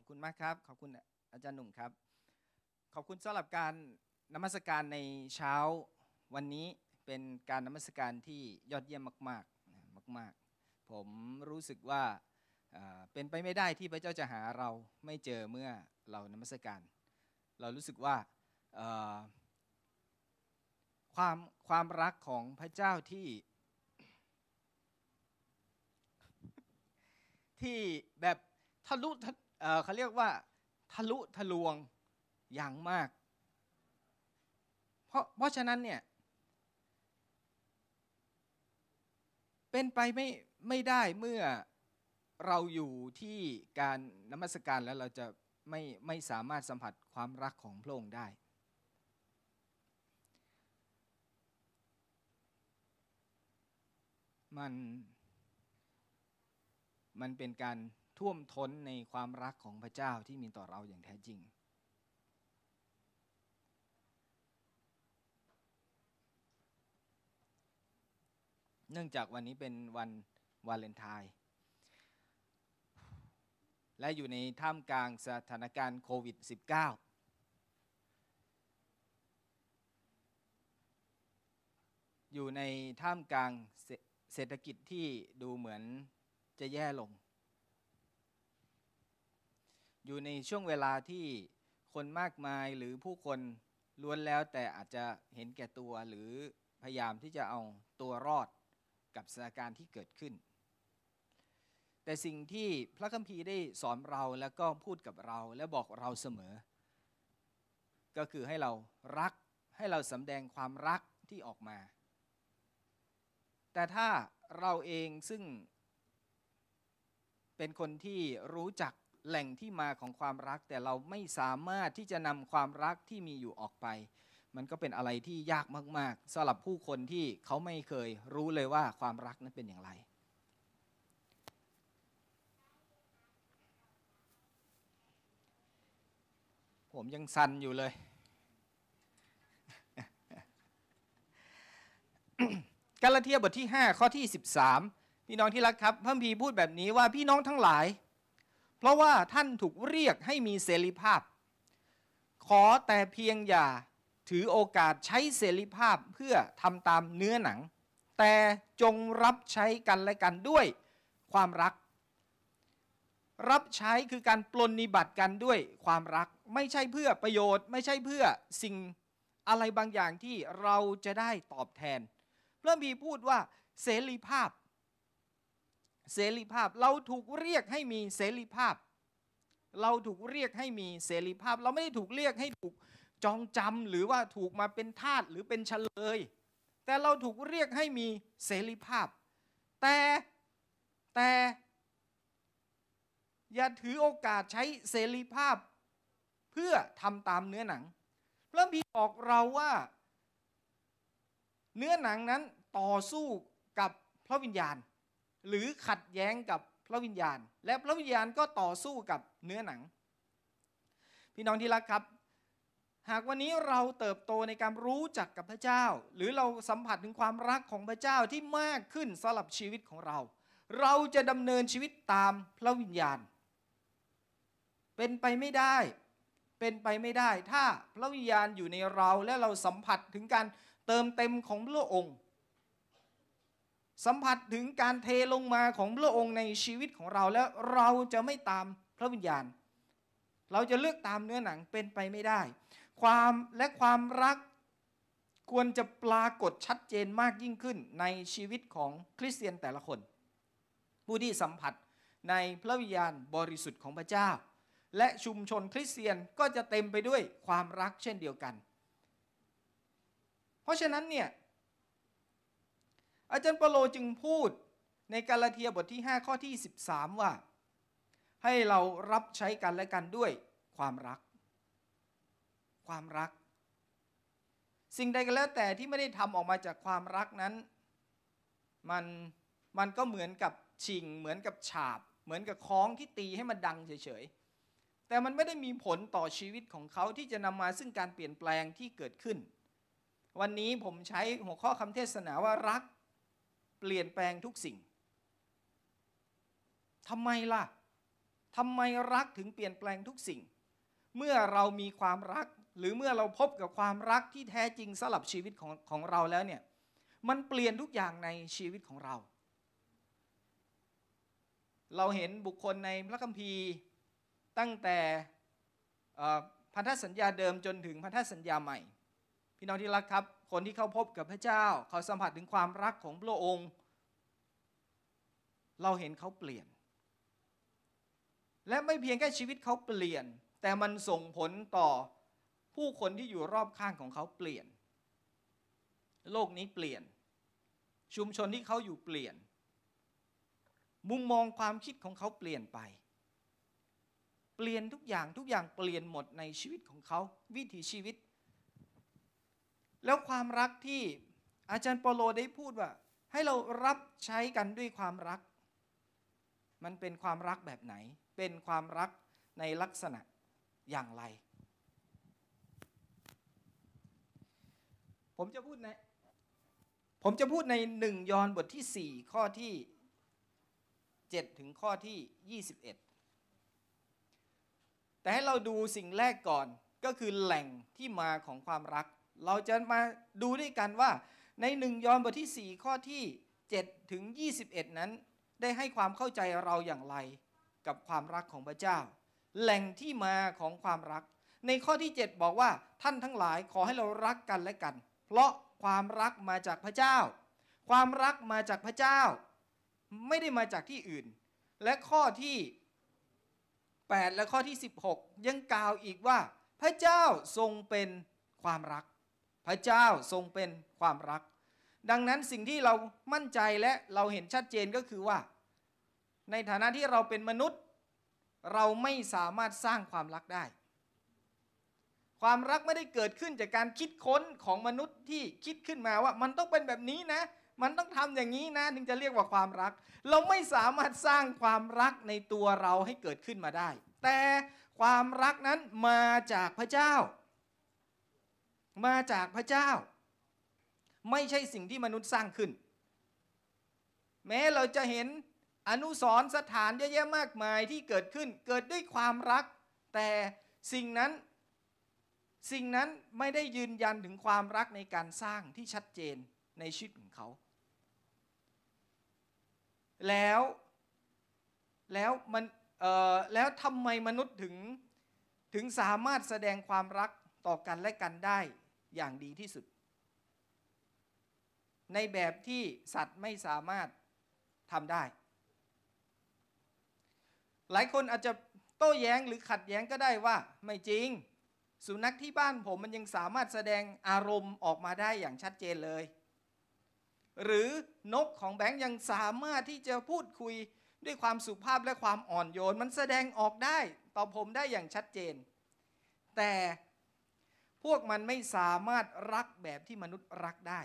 อบคุณมากครับขอบคุณอาจารย์หนุ่มครับขอบคุณสำหรับการนมัสการในเช้าวันนี้เป็นการนมัสการที่ยอดเยี่ยมมากๆมากๆผมรู้สึกว่าเป็นไปไม่ได้ที่พระเจ้าจะหาเราไม่เจอเมื่อเรานมัสการเรารู้สึกว่าความรักของพระเจ้าที่แบบทะลุเขาเรียกว่าทะลุทะลวงอย่างมากเพราะฉะนั้นเนี่ยเป็นไปไม่ได้เมื่อเราอยู่ที่การนมัสการแล้วเราจะไม่สามารถสัมผัสความรักของพระองค์ได้มันเป็นการท่วมท้นในความรักของพระเจ้าที่มีต่อเราอย่างแท้จริงเนื่องจากวันนี้เป็นวันวาเลนไทน์และอยู่ในท่ามกลางสถานการณ์โควิด -19 อยู่ในท่ามกลางเศรษฐกิจที่ดูเหมือนจะแย่ลงอยู่ในช่วงเวลาที่คนมากมายหรือผู้คนล้วนแล้วแต่อาจจะเห็นแก่ตัวหรือพยายามที่จะเอาตัวรอดกับสถานการณ์ที่เกิดขึ้นแต่สิ่งที่พระคัมภีร์ได้สอนเราแล้วก็พูดกับเราและบอกเราเสมอก็คือให้เรารักให้เราสำแดงความรักที่ออกมาแต่ถ้าเราเองซึ่งเป็นคนที่รู้จักแหล่งที่มาของความรักแต่เราไม่สามารถที่จะนำความรักที่มีอยู่ออกไปมันก็เป็นอะไรที่ยากมากๆสำหรับผู้คนที่เขาไม่เคยรู้เลยว่าความรักนั้นเป็นอย่างไรผมยังสั่นอยู่เลย กาลาเทียบทที่5ข้อที่13พี่น้องที่รักครับพระคัมภีร์พูดแบบนี้ว่าพี่น้องทั้งหลายเพราะว่าท่านถูกเรียกให้มีเสรีภาพขอแต่เพียงอย่าถือโอกาสใช้เสรีภาพเพื่อทำตามเนื้อหนังแต่จงรับใช้กันและกันด้วยความรักรับใช้คือการปรนนิบัติกันด้วยความรักไม่ใช่เพื่อประโยชน์ไม่ใช่เพื่อสิ่งอะไรบางอย่างที่เราจะได้ตอบแทนพระคัมภีร์พูดว่าเสรีภาพเราถูกเรียกให้มีเสรีภาพเราถูกเรียกให้มีเสรีภาพเราไม่ได้ถูกเรียกให้ถูกจองจำหรือว่าถูกมาเป็นทาสหรือเป็นเฉลยแต่เราถูกเรียกให้มีเสรีภาพแต่อย่าถือโอกาสใช้เสรีภาพเพื่อทำตามเนื้อหนังพระคัมภีร์บอกเราว่าเนื้อหนังนั้นต่อสู้กับพระวิญญาณหรือขัดแย้งกับพระวิญญาณและพระวิญญาณก็ต่อสู้กับเนื้อหนังพี่น้องที่รักครับหากวันนี้เราเติบโตในการรู้จักกับพระเจ้าหรือเราสัมผัสถึงความรักของพระเจ้าที่มากขึ้นสำหรับชีวิตของเราจะดำเนินชีวิตตามพระวิญญาณเป็นไปไม่ได้ถ้าพระวิญญาณอยู่ในเราและเราสัมผัสถึงการเติมเต็มของพระองค์สัมผัสถึงการเทลงมาของพระองค์ในชีวิตของเราแล้วเราจะไม่ตามพระวิญญาณเราจะเลือกตามเนื้อหนังเป็นไปไม่ได้ความรักควรจะปรากฏชัดเจนมากยิ่งขึ้นในชีวิตของคริสเตียนแต่ละคนผู้ที่สัมผัสในพระวิญญาณบริสุทธิ์ของพระเจ้าและชุมชนคริสเตียนก็จะเต็มไปด้วยความรักเช่นเดียวกันเพราะฉะนั้นเนี่ยอาจารย์เปโลจึงพูดในกาลาเทียบทที่5ข้อที่13ว่าให้เรารับใช้กันและกันด้วยความรักสิ่งใดก็แล้วแต่ที่ไม่ได้ทำออกมาจากความรักนั้นมันก็เหมือนกับชิงเหมือนกับฉาบเหมือนกับค้องที่ตีให้มันดังเฉยๆแต่มันไม่ได้มีผลต่อชีวิตของเขาที่จะนำมาซึ่งการเปลี่ยนแปลงที่เกิดขึ้นวันนี้ผมใช้หัวข้อคำเทศนาว่ารักเปลี่ยนแปลงทุกสิ่งทำไมล่ะทำไมรักถึงเปลี่ยนแปลงทุกสิ่งเมื่อเรามีความรักหรือเมื่อเราพบกับความรักที่แท้จริงสำหรับชีวิตของเราแล้วเนี่ยมันเปลี่ยนทุกอย่างในชีวิตของเราเราเห็นบุคคลในพระคัมภีร์ตั้งแต่พันธสัญญาเดิมจนถึงพันธสัญญาใหม่พี่น้องที่รักครับคนที่เขาพบกับพระเจ้าเขาสัมผัสถึงความรักของพระองค์เราเห็นเขาเปลี่ยนและไม่เพียงแค่ชีวิตเขาเปลี่ยนแต่มันส่งผลต่อผู้คนที่อยู่รอบข้างของเขาเปลี่ยนโลกนี้เปลี่ยนชุมชนที่เขาอยู่เปลี่ยนมุมมองความคิดของเขาเปลี่ยนไปเปลี่ยนทุกอย่างเปลี่ยนหมดในชีวิตของเขาวิถีชีวิตแล้วความรักที่อาจารย์เปาโลได้พูดว่าให้เรารับใช้กันด้วยความรักมันเป็นความรักแบบไหนเป็นความรักในลักษณะอย่างไรผมจะพูดใน1 ยอห์นบทที่4ข้อที่7ถึงข้อที่21แต่ให้เราดูสิ่งแรกก่อนก็คือแหล่งที่มาของความรักเราจะมาดูด้วยกันว่าใน1 ยอห์นบทที่4ข้อที่7ถึง21นั้นได้ให้ความเข้าใจเราอย่างไรกับความรักของพระเจ้าแหล่งที่มาของความรักในข้อที่7บอกว่าท่านทั้งหลายขอให้เรารักกันและกันเพราะความรักมาจากพระเจ้าความรักมาจากพระเจ้าไม่ได้มาจากที่อื่นและข้อที่8และข้อที่16ยังกล่าวอีกว่าพระเจ้าทรงเป็นความรักพระเจ้าทรงเป็นความรักดังนั้นสิ่งที่เรามั่นใจและเราเห็นชัดเจนก็คือว่าในฐานะที่เราเป็นมนุษย์เราไม่สามารถสร้างความรักได้ความรักไม่ได้เกิดขึ้นจากการคิดค้นของมนุษย์ที่คิดขึ้นมาว่ามันต้องเป็นแบบนี้นะมันต้องทำอย่างนี้นะถึงจะเรียกว่าความรักเราไม่สามารถสร้างความรักในตัวเราให้เกิดขึ้นมาได้แต่ความรักนั้นมาจากพระเจ้ามาจากพระเจ้าไม่ใช่สิ่งที่มนุษย์สร้างขึ้นแม้เราจะเห็นอนุสรณ์สถานเยอะแยะมากมายที่เกิดขึ้นเกิดด้วยความรักแต่สิ่งนั้นไม่ได้ยืนยันถึงความรักในการสร้างที่ชัดเจนในชีวิตของเขาแล้วทำไมมนุษย์ถึงสามารถแสดงความรักต่อกันและกันได้อย่างดีที่สุดในแบบที่สัตว์ไม่สามารถทำได้หลายคนอาจจะโต้แย้งหรือขัดแย้งก็ได้ว่าไม่จริงสุนัขที่บ้านผมมันยังสามารถแสดงอารมณ์ออกมาได้อย่างชัดเจนเลยหรือนกของแบงค์ยังสามารถที่จะพูดคุยด้วยความสุภาพและความอ่อนโยนมันแสดงออกได้ต่อผมได้อย่างชัดเจนแต่พวกมันไม่สามารถรักแบบที่มนุษย์รักได้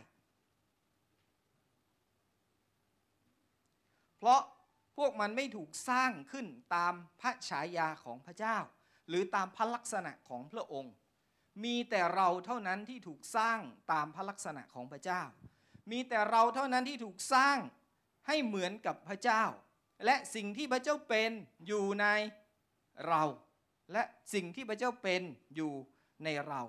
เพราะพวกมันไม่ถูกสร้างขึ้นตามพระฉายาของพระเจ้าหรือตามพระลักษณะของพระองค์มีแต่เราเท่านั้นที่ถูกสร้างตามพระลักษณะของพระเจ้ามีแต่เราเท่านั้นที่ถูกสร้างให้เหมือนกับพระเจ้าและสิ่งที่พระเจ้าเป็นอยู่ในเราและสิ่งที่พระเจ้าเป็นอยู่ในเรา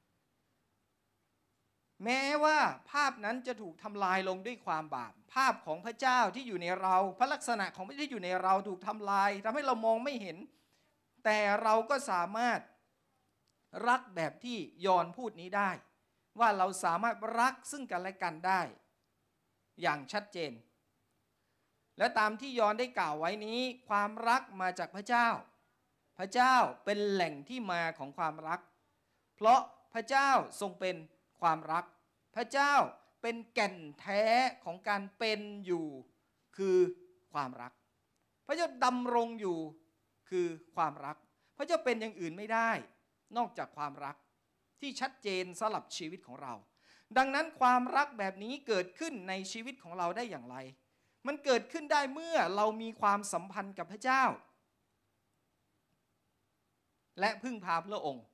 แม้ว่าภาพนั้นจะถูกทำลายลงด้วยความบาปภาพของพระเจ้าที่อยู่ในเราพระลักษณะของพระเจ้าที่อยู่ในเราถูกทำลายทำให้เรามองไม่เห็นแต่เราก็สามารถรักแบบที่ยอห์นพูดนี้ได้ว่าเราสามารถรักซึ่งกันและกันได้อย่างชัดเจนและตามที่ยอห์นได้กล่าวไว้นี้ความรักมาจากพระเจ้าพระเจ้าเป็นแหล่งที่มาของความรักเพราะพระเจ้าทรงเป็นความรักพระเจ้าเป็นแก่นแท้ของการเป็นอยู่คือความรักพระเจ้าดำรงอยู่คือความรักพระเจ้าเป็นอย่างอื่นไม่ได้นอกจากความรักที่ชัดเจนสำหรับชีวิตของเราดังนั้นความรักแบบนี้เกิดขึ้นในชีวิตของเราได้อย่างไรมันเกิดขึ้นได้เมื่อเรามีความสัมพันธ์กับพระเจ้าและพึ่งพาพระองค์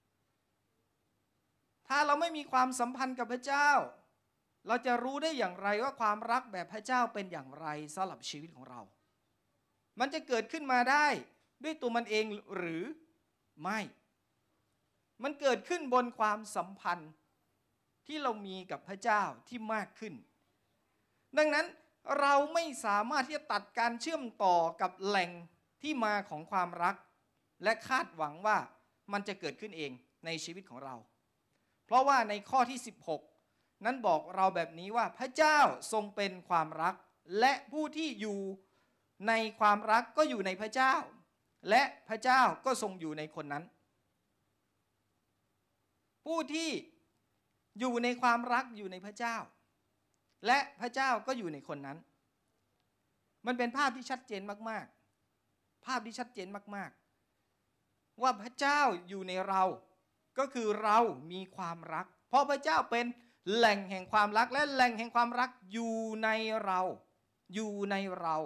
ถ้าเราไม่มีความสัมพันธ์กับพระเจ้าเราจะรู้ได้อย่างไรว่าความรักแบบพระเจ้าเป็นอย่างไรสำหรับชีวิตของเรามันจะเกิดขึ้นมาได้ด้วยตัวมันเองหรือไม่มันเกิดขึ้นบนความสัมพันธ์ที่เรามีกับพระเจ้าที่มากขึ้นดังนั้นเราไม่สามารถที่จะตัดการเชื่อมต่อกับแหล่งที่มาของความรักและคาดหวังว่ามันจะเกิดขึ้นเองในชีวิตของเราเพราะว่าในข้อที่16นั้นบอกเราแบบนี้ว่าพระเจ้าทรงเป็นความรักและผู้ที่อยู่ในความรักก็อยู่ในพระเจ้าและพระเจ้าก็ทรงอยู่ในคนนั้นผู้ที่อยู่ในความรักอยู่ในพระเจ้าและพระเจ้าก็อยู่ในคนนั้นมันเป็นภาพที่ชัดเจนมากๆภาพที่ชัดเจนมากๆว่าพระเจ้าอยู่ในเราก็คือเรามีความรักเพราะพระเจ้าเป็นแหล่งแห่งความรักและแหล่งแห่งความรักอยู่ในเราอยู่ในเรา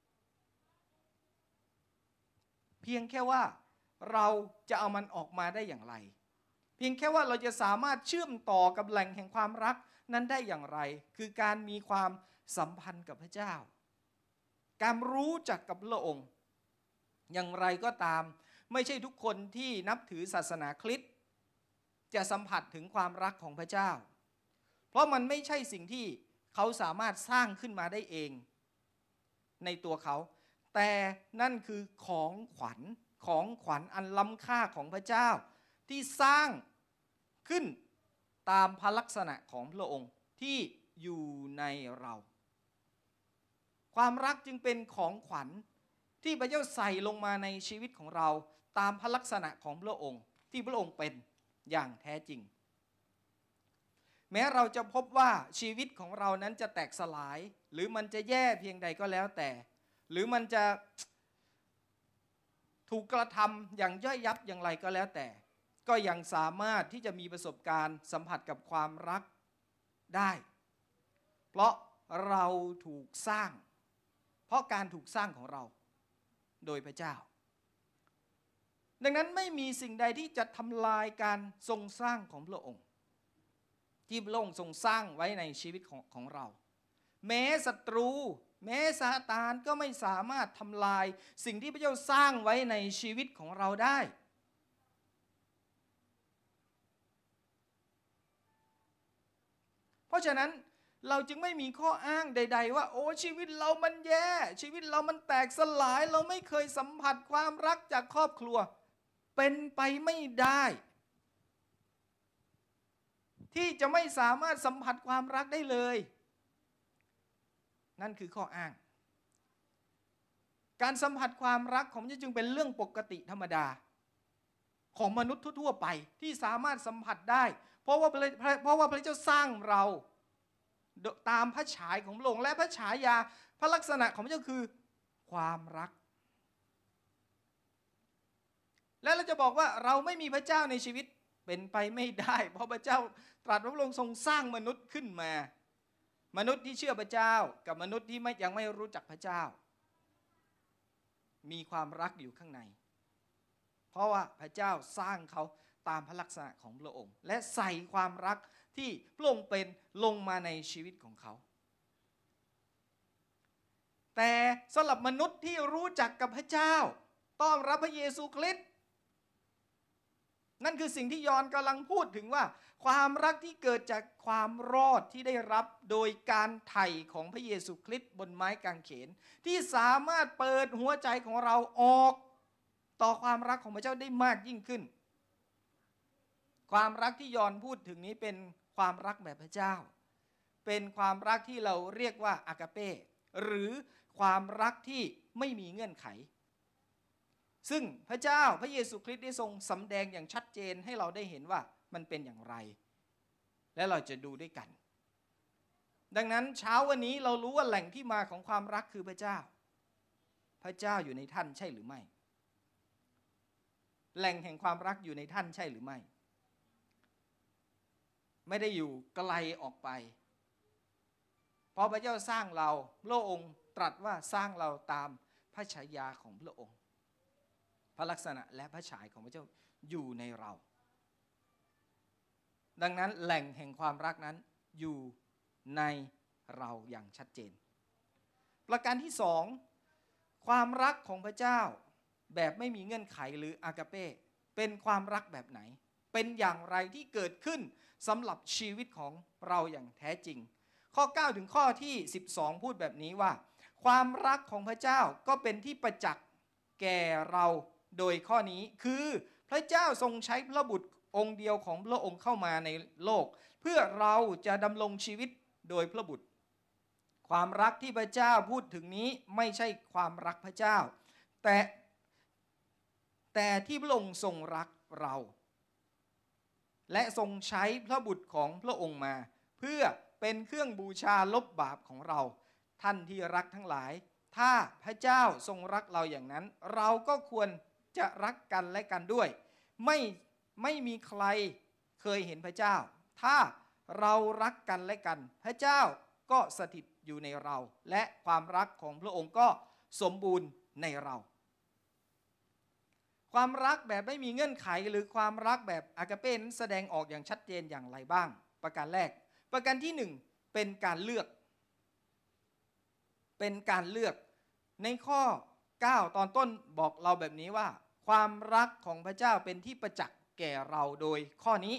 เพียงแค่ว่าเราจะเอามันออกมาได้อย่างไรเพียงแค่ว่าเราจะสามารถเชื่อมต่อกับแหล่งแห่งความรักนั้นได้อย่างไรคือการมีความสัมพันธ์กับพระเจ้าการรู้จักกับพระองค์อย่างไรก็ตามไม่ใช่ทุกคนที่นับถือศาสนาคริสต์จะสัมผัสถึงความรักของพระเจ้าเพราะมันไม่ใช่สิ่งที่เขาสามารถสร้างขึ้นมาได้เองในตัวเขาแต่นั่นคือของขวัญอันล้ำค่าของพระเจ้าที่สร้างขึ้นตามพระลักษณะของพระองค์ที่อยู่ในเราความรักจึงเป็นของขวัญที่พระเจ้าใส่ลงมาในชีวิตของเราตามพระลักษณะของพระองค์ที่พระองค์เป็นอย่างแท้จริงแม้เราจะพบว่าชีวิตของเรานั้นจะแตกสลายหรือมันจะแย่เพียงใดก็แล้วแต่หรือมันจะถูกกระทำอย่างย่อยยับอย่างไรก็แล้วแต่ก็ยังสามารถที่จะมีประสบการณ์สัมผัสกับความรักได้เพราะเราถูกสร้างเพราะการถูกสร้างของเราโดยพระเจ้าดังนั้นไม่มีสิ่งใดที่จะทำลายการทรงสร้างของพระองค์ที่พระองค์ทรงสร้างไว้ในชีวิตของเราแม้ศัตรูแม้ซาตานก็ไม่สามารถทำลายสิ่งที่พระเจ้าสร้างไว้ในชีวิตของเราได้เพราะฉะนั้นเราจึงไม่มีข้ออ้างใดๆว่าโอ้ชีวิตเรามันแย่ชีวิตเรามันแตกสลายเราไม่เคยสัมผัสความรักจากครอบครัวเป็นไปไม่ได้ที่จะไม่สามารถสัมผัสความรักได้เลยนั่นคือข้ออ้างการสัมผัสความรักของพระเจ้าจึงเป็นเรื่องปกติธรรมดาของมนุษย์ทั่วๆไปที่สามารถสัมผัสได้เพราะว่าพระเจ้าสร้างเราตามพระฉายของพระองค์และพระฉายาพระลักษณะของพระเจ้าคือความรักและเราจะบอกว่าเราไม่มีพระเจ้าในชีวิตเป็นไปไม่ได้เพราะพระเจ้าตรัสว่าพระองค์ทรงสร้างมนุษย์ขึ้นมามนุษย์ที่เชื่อพระเจ้ากับมนุษย์ที่ยังไม่รู้จักพระเจ้ามีความรักอยู่ข้างในเพราะว่าพระเจ้าสร้างเขาตามพระลักษณะของพระองค์และใส่ความรักที่พระองค์เป็นลงมาในชีวิตของเขาแต่สำหรับมนุษย์ที่รู้จักกับพระเจ้าต้อนรับพระเยซูคริสต์นั่นคือสิ่งที่ยอห์นกำลังพูดถึงว่าความรักที่เกิดจากความรอดที่ได้รับโดยการไถ่ของพระเยซูคริสต์บนไม้กางเขนที่สามารถเปิดหัวใจของเราออกต่อความรักของพระเจ้าได้มากยิ่งขึ้นความรักที่ยอห์นพูดถึงนี้เป็นความรักแบบพระเจ้าเป็นความรักที่เราเรียกว่าอากาเป้หรือความรักที่ไม่มีเงื่อนไขซึ่งพระเจ้าพระเยซูคริสต์ได้ทรงสำแดงอย่างชัดเจนให้เราได้เห็นว่ามันเป็นอย่างไรและเราจะดูด้วยกันดังนั้นเช้าวันนี้เรารู้ว่าแหล่งที่มาของความรักคือพระเจ้าพระเจ้าอยู่ในท่านใช่หรือไม่แหล่งแห่งความรักอยู่ในท่านใช่หรือไม่ไม่ได้อยู่ไกลออกไปเพราะพระเจ้าสร้างเราพระองค์ตรัสว่าสร้างเราตามพระฉายาของพระองค์พระลักษณะและพระฉายของพระเจ้าอยู่ในเราดังนั้นแหล่งแห่งความรักนั้นอยู่ในเราอย่างชัดเจนประการที่สองความรักของพระเจ้าแบบไม่มีเงื่อนไขหรืออากาเป้เป็นความรักแบบไหนเป็นอย่างไรที่เกิดขึ้นสำหรับชีวิตของเราอย่างแท้จริงข้อ9ถึงข้อที่12พูดแบบนี้ว่าความรักของพระเจ้าก็เป็นที่ประจักษ์แก่เราโดยข้อนี้คือพระเจ้าทรงใช้พระบุตรองค์เดียวของพระองค์เข้ามาในโลกเพื่อเราจะดำรงชีวิตโดยพระบุตรความรักที่พระเจ้าพูดถึงนี้ไม่ใช่ความรักพระเจ้าแต่ที่พระองค์ทรงรักเราและทรงใช้พระบุตรของพระองค์มาเพื่อเป็นเครื่องบูชาลบบาปของเราท่านที่รักทั้งหลายถ้าพระเจ้าทรงรักเราอย่างนั้นเราก็ควรจะรักกันและกันด้วยไม่มีใครเคยเห็นพระเจ้าถ้าเรารักกันและกันพระเจ้าก็สถิตอยู่ในเราและความรักของพระองค์ก็สมบูรณ์ในเราความรักแบบไม่มีเงื่อนไขหรือความรักแบบอากาเป้นั้นแสดงออกอย่างชัดเจนอย่างไรบ้างประการแรกประการที่1เป็นการเลือกในข้อ9ตอนต้นบอกเราแบบนี้ว่าความรักของพระเจ้าเป็นที่ประจักษ์แก่เราโดยข้อนี้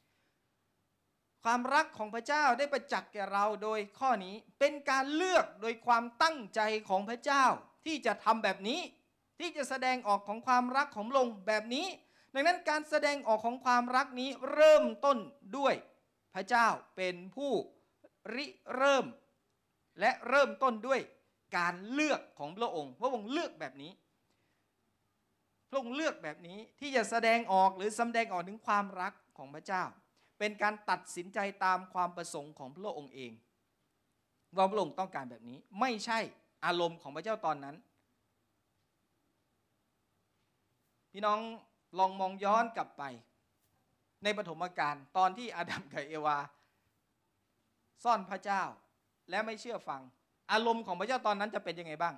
ความรักของพระเจ้าได้ประจักษ์แก่เราโดยข้อนี้เป็นการเลือกโดยความตั้งใจของพระเจ้าที่จะทำแบบนี้ที่จะแสดงออกของความรักของพระองค์แบบนี้ดังนั้นการแสดงออกของความรักนี้เริ่มต้นด้วยพระเจ้าเป็นผู้ริเริ่มและเริ่มต้นด้วยการเลือกของพระองค์พระองค์เลือกแบบนี้พระองค์เลือกแบบนี้ที่จะแสดงออกหรือแสดงออกถึงความรักของพระเจ้าเป็นการตัดสินใจตามความประสงค์ของพระองค์เองว่าพระองค์ต้องการแบบนี้ไม่ใช่อารมณ์ของพระเจ้าตอนนั้นพี่น้องลองมองย้อนกลับไปในปฐมกาลตอนที่อาดัมกับเอวาซ่อนพระเจ้าและไม่เชื่อฟังอารมณ์ของพระเจ้าตอนนั้นจะเป็นยังไงบ้าง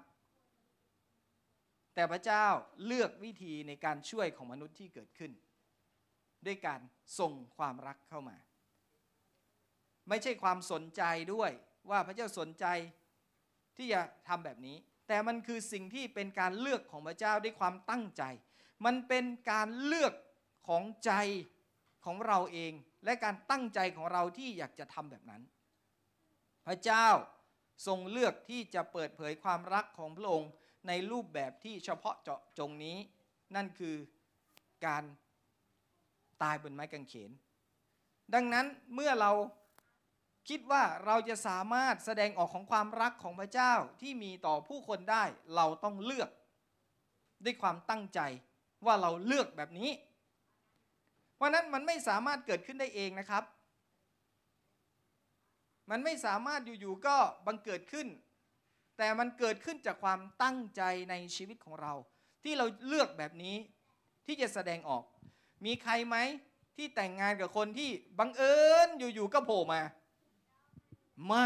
แต่พระเจ้าเลือกวิธีในการช่วยของมนุษย์ที่เกิดขึ้นด้วยการส่งความรักเข้ามาไม่ใช่ความสนใจด้วยว่าพระเจ้าสนใจที่จะทำแบบนี้แต่มันคือสิ่งที่เป็นการเลือกของพระเจ้าด้วยความตั้งใจมันเป็นการเลือกของใจของเราเองและการตั้งใจของเราที่อยากจะทำแบบนั้นพระเจ้าทรงเลือกที่จะเปิดเผยความรักของพระองค์ในรูปแบบที่เฉพาะเจาะจงนี้นั่นคือการตายบนไม้กางเขนดังนั้นเมื่อเราคิดว่าเราจะสามารถแสดงออกของความรักของพระเจ้าที่มีต่อผู้คนได้เราต้องเลือกด้วยความตั้งใจว่าเราเลือกแบบนี้เพราะนั้นมันไม่สามารถเกิดขึ้นได้เองนะครับมันไม่สามารถอยู่ๆก็บังเกิดขึ้นแต่มันเกิดขึ้นจากความตั้งใจในชีวิตของเราที่เราเลือกแบบนี้ที่จะแสดงออกมีใครไหมที่แต่งงานกับคนที่บังเอิญอยู่ๆก็โผล่มาไม่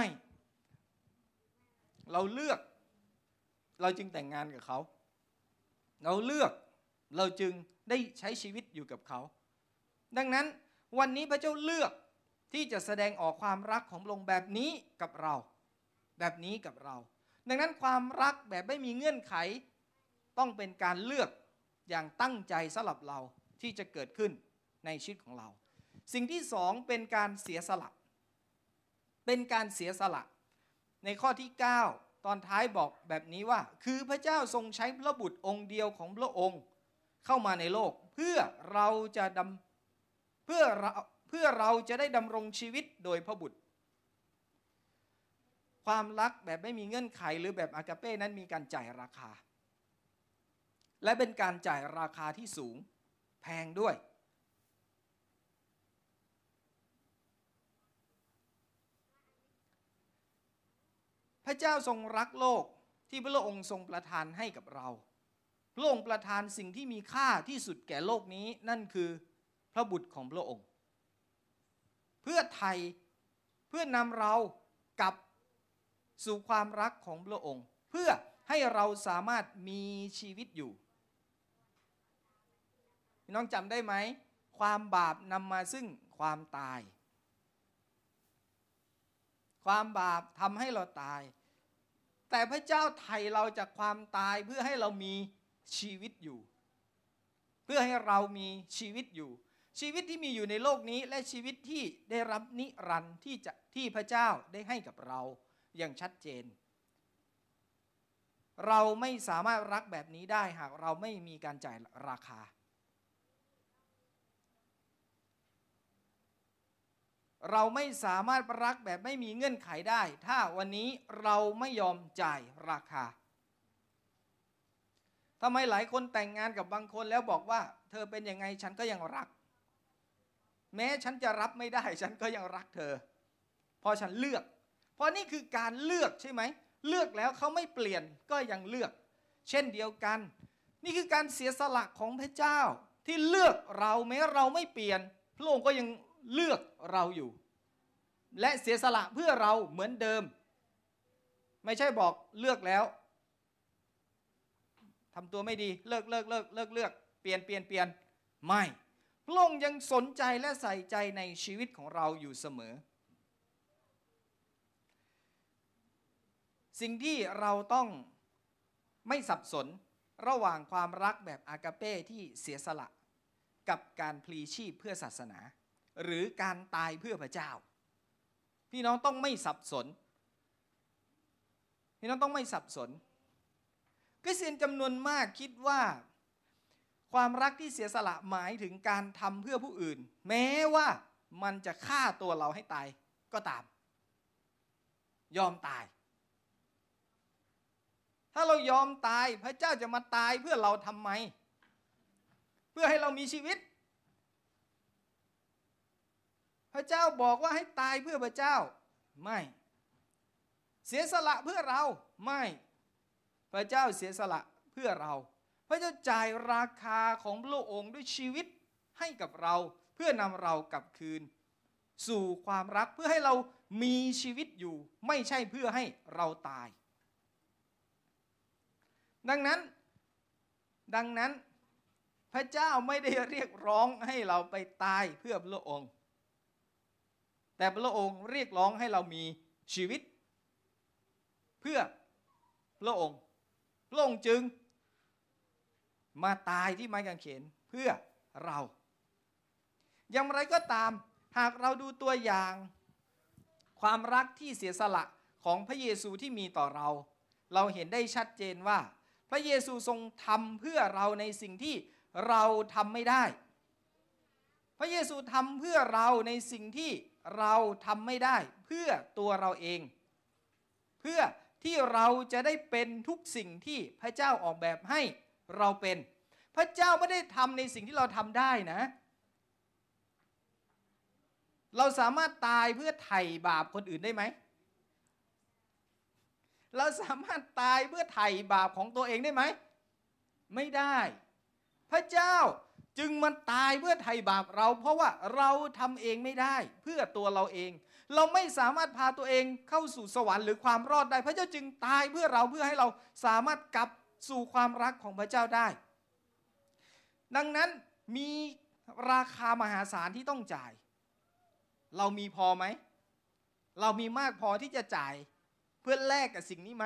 เราเลือกเราจึงแต่งงานกับเขาเราเลือกเราจึงได้ใช้ชีวิตอยู่กับเขาดังนั้นวันนี้พระเจ้าเลือกที่จะแสดงออกความรักของพระองค์แบบนี้กับเราแบบนี้กับเราดังนั้นความรักแบบไม่มีเงื่อนไขต้องเป็นการเลือกอย่างตั้งใจสำหรับเราที่จะเกิดขึ้นในชีวิตของเราสิ่งที่สองเป็นการเสียสละเป็นการเสียสละในข้อที่9ตอนท้ายบอกแบบนี้ว่าคือพระเจ้าทรงใช้พระบุตรองค์เดียวของพระองค์เข้ามาในโลกเพื่อเราจะได้ดำรงชีวิตโดยพระบุตรความรักแบบไม่มีเงื่อนไขหรือแบบอากาเป้นั้นมีการจ่ายราคาและเป็นการจ่ายราคาที่สูงแพงด้วยพระเจ้าทรงรักโลกที่พระองค์ทรงประทานให้กับเราพระองค์ประทานสิ่งที่มีค่าที่สุดแก่โลกนี้นั่นคือพระบุตรของพระองค์เพื่อนำเรากลับสู่ความรักของพระองค์เพื่อให้เราสามารถมีชีวิตอยู่พี่น้องจำได้ไหมความบาปนำมาซึ่งความตายความบาปทำให้เราตายแต่พระเจ้าไถ่เราจากความตายเพื่อให้เรามีชีวิตอยู่เพื่อให้เรามีชีวิตอยู่ชีวิตที่มีอยู่ในโลกนี้และชีวิตที่ได้รับนิรันดร์ที่พระเจ้าได้ให้กับเราอย่างชัดเจนเราไม่สามารถรักแบบนี้ได้หากเราไม่มีการจ่ายราคาเราไม่สามารถรักแบบไม่มีเงื่อนไขได้ถ้าวันนี้เราไม่ยอมจ่ายราคาทำไมหลายคนแต่งงานกับบางคนแล้วบอกว่าเธอเป็นยังไงฉันก็ยังรักแม้ฉันจะรับไม่ได้ฉันก็ยังรักเธอเพราะฉันเลือกเพราะนี่คือการเลือกใช่ไหมเลือกแล้วเขาไม่เปลี่ยนก็ยังเลือกเช่นเดียวกันนี่คือการเสียสละของพระเจ้าที่เลือกเราแม้เราไม่เปลี่ยนพระองค์ก็ยังเลือกเราอยู่และเสียสละเพื่อเราเหมือนเดิมไม่ใช่บอกเลือกแล้วทำตัวไม่ดีเลิกเปลี่ยนไม่พระองค์ยังสนใจและใส่ใจในชีวิตของเราอยู่เสมอสิ่งที่เราต้องไม่สับสนระหว่างความรักแบบอากาเป้ที่เสียสละกับการพลีชีพเพื่อศาสนาหรือการตายเพื่อพระเจ้าพี่น้องต้องไม่สับสนพี่น้องต้องไม่สับสนคริสเตียนจำนวนมากคิดว่าความรักที่เสียสละหมายถึงการทำเพื่อผู้อื่นแม้ว่ามันจะฆ่าตัวเราให้ตายก็ตามยอมตายถ้าเรายอมตายพระเจ้าจะมาตายเพื่อเราทำไมเพื่อให้เรามีชีวิตพระเจ้าบอกว่าให้ตายเพื่อพระเจ้าไม่เสียสละเพื่อเราไม่พระเจ้าเสียสละเพื่อเราพระเจ้าจ่ายราคาของพระองค์ด้วยชีวิตให้กับเราเพื่อนำเรากลับคืนสู่ความรักเพื่อให้เรามีชีวิตอยู่ไม่ใช่เพื่อให้เราตายดังนั้นพระเจ้าไม่ได้เรียกร้องให้เราไปตายเพื่อพระองค์แต่พระองค์เรียกร้องให้เรามีชีวิตเพื่อพระองค์จึงมาตายที่ไม้กางเขนเพื่อเราอย่างไรก็ตามหากเราดูตัวอย่างความรักที่เสียสละของพระเยซูที่มีต่อเราเห็นได้ชัดเจนว่าพระเยซูทรงทำเพื่อเราในสิ่งที่เราทำไม่ได้พระเยซูทำเพื่อเราในสิ่งที่เราทำไม่ได้เพื่อตัวเราเองเพื่อที่เราจะได้เป็นทุกสิ่งที่พระเจ้าออกแบบให้เราเป็นพระเจ้าไม่ได้ทำในสิ่งที่เราทำได้นะเราสามารถตายเพื่อไถ่บาปคนอื่นได้ไหมเราสามารถตายเพื่อไถ่บาปของตัวเองได้ไหมไม่ได้พระเจ้าจึงมันตายเพื่อไถ่บาปเราเพราะว่าเราทำเองไม่ได้เพื่อตัวเราเองเราไม่สามารถพาตัวเองเข้าสู่สวรรค์หรือความรอดได้พระเจ้าจึงตายเพื่อเราเพื่อให้เราสามารถกลับสู่ความรักของพระเจ้าได้ดังนั้นมีราคามหาศาลที่ต้องจ่ายเรามีพอไหมเรามีมากพอที่จะจ่ายเพื่อแลกกับสิ่งนี้ไหม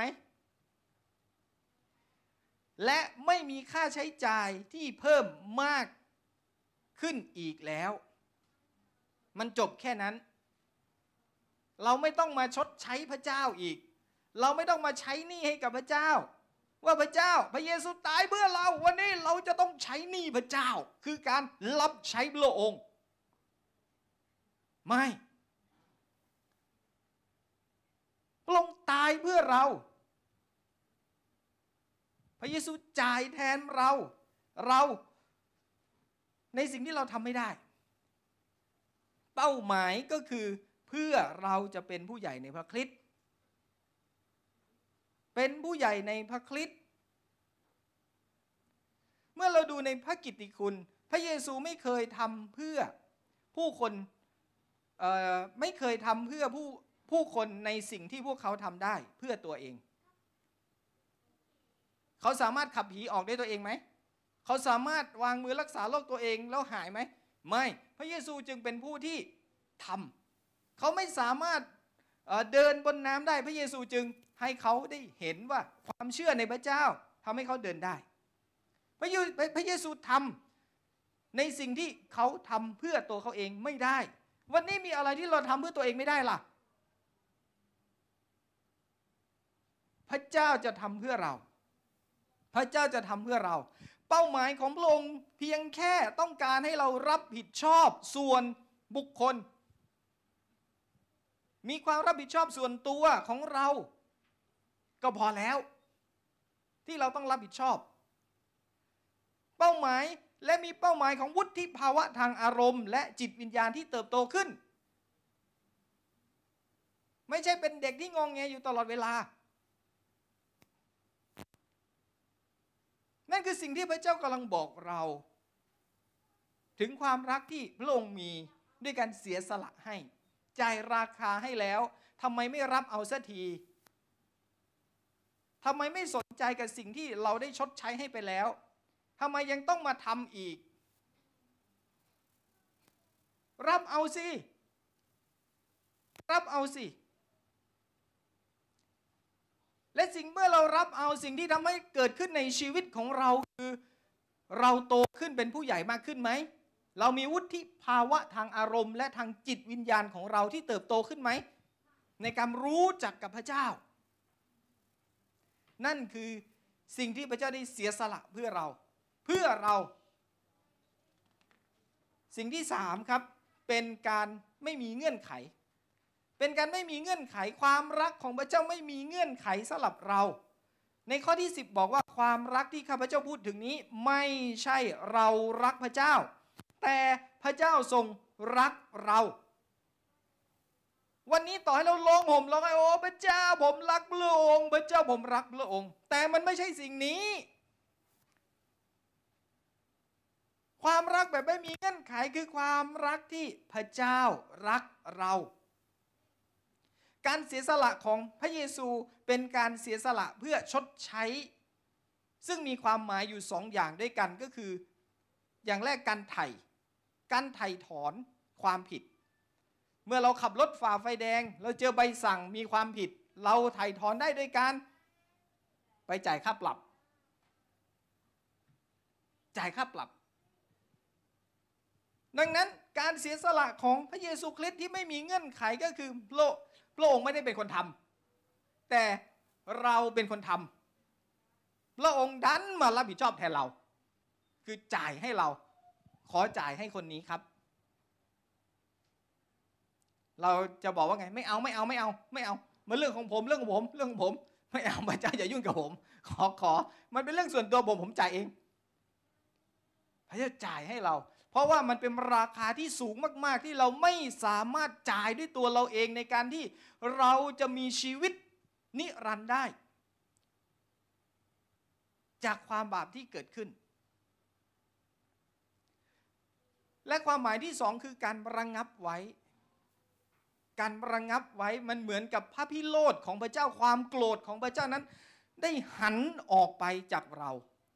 และไม่มีค่าใช้จ่ายที่เพิ่มมากขึ้นอีกแล้วมันจบแค่นั้นเราไม่ต้องมาชดใช้พระเจ้าอีกเราไม่ต้องมาใช้หนี้ให้กับพระเจ้าว่าพระเจ้าพระเยซูตายเพื่อเราวันนี้เราจะต้องใช้หนี้พระเจ้าคือการรับใช้พระองค์ไม่พระองค์ตายเพื่อเราพระเยซูจ่ายแทนเราในสิ่งที่เราทำไม่ได้เป้าหมายก็คือเพื่อเราจะเป็นผู้ใหญ่ในพระคริสต์เป็นผู้ใหญ่ในพระคริสต์เมื่อเราดูในพระกิตติคุณพระเยซูไม่เคยทำเพื่อผู้คนไม่เคยทำเพื่อผู้คนในสิ่งที่พวกเขาทำได้เพื่อตัวเองเขาสามารถขับผีออกได้ตัวเองไหมเขาสามารถวางมือรักษาโรคตัวเองแล้วหายไหมไม่พระเยซูจึงเป็นผู้ที่ทำเขาไม่สามารถเดินบนน้ำได้พระเยซูจึงให้เขาได้เห็นว่าความเชื่อในพระเจ้าทำให้เขาเดินได้พระเยซูทำในสิ่งที่เขาทำเพื่อตัวเขาเองไม่ได้วันนี้มีอะไรที่เราทำเพื่อตัวเองไม่ได้ล่ะพระเจ้าจะทำเพื่อเราพระเจ้าจะทำเพื่อเราเป้าหมายของพระองค์เพียงแค่ต้องการให้เรารับผิดชอบส่วนบุคคลมีความรับผิดชอบส่วนตัวของเราก็พอแล้วที่เราต้องรับผิดชอบเป้าหมายและมีเป้าหมายของวุฒิภาวะทางอารมณ์และจิตวิญญาณที่เติบโตขึ้นไม่ใช่เป็นเด็กที่งองแงอยู่ตลอดเวลานั่นคือสิ่งที่พระเจ้ากำลังบอกเราถึงความรักที่พระองค์มีด้วยการเสียสละให้จ่ายราคาให้แล้วทำไมไม่รับเอาสักทีทำไมไม่สนใจกับสิ่งที่เราได้ชดใช้ให้ไปแล้วทำไมยังต้องมาทำอีกรับเอาสิรับเอาสิและสิ่งเมื่อเรารับเอาสิ่งที่ทำให้เกิดขึ้นในชีวิตของเราคือเราโตขึ้นเป็นผู้ใหญ่มากขึ้นไหมเรามีวุฒิภาวะทางอารมณ์และทางจิตวิญญาณของเราที่เติบโตขึ้นไหมในการรู้จักกับพระเจ้านั่นคือสิ่งที่พระเจ้าได้เสียสละเพื่อเราสิ่งที่3ครับเป็นการไม่มีเงื่อนไขเป็นการไม่มีเงื่อนไขความรักของพระเจ้าไม่มีเงื่อนไขสำหรับเราในข้อที่10บอกว่าความรักที่ข้าพเจ้าพูดถึงนี้ไม่ใช่เรารักพระเจ้าแต่พระเจ้าทรงรักเราวันนี้ต่อให้เราร้องห่มร้องไห้โอ้พระเจ้าผมรักพระองค์พระเจ้าผมรักพระองค์แต่มันไม่ใช่สิ่งนี้ความรักแบบไม่มีเงื่อนไขคือความรักที่พระเจ้ารักเราการเสียสละของพระเยซูเป็นการเสียสละเพื่อชดใช้ซึ่งมีความหมายอยู่2 อย่างด้วยกันก็คืออย่างแรกการไถ่ถอนความผิดเมื่อเราขับรถฝ่าไฟแดงเราเจอใบสั่งมีความผิดเราไถ่ถอนได้ด้วยการไปจ่ายค่าปรับดังนั้นการเสียสละของพระเยซูคริสต์ที่ไม่มีเงื่อนไขก็คือพระองค์ไม่ได้เป็นคนทำแต่เราเป็นคนทำพระองค์ดันมารับผิดชอบแทนเราคือจ่ายให้เราขอจ่ายให้คนนี้ครับเราจะบอกว่าไงไม่เอามันเรื่องของผมไม่เอาพระเจ้าอย่ายุ่งกับผมขอมันเป็นเรื่องส่วนตัวผมจ่ายเองพระเจ้าจ่ายให้เราเพราะว่ามันเป็นราคาที่สูงมากๆที่เราไม่สามารถจ่ายด้วยตัวเราเองในการที่เราจะมีชีวิตนิรันดร์ได้จากความบาปที่เกิดขึ้นและความหมายที่2คือการระงับไว้มันเหมือนกับพระพิโรธของพระเจ้าความโกรธของพระเจ้านั้นได้หันออกไปจากเรา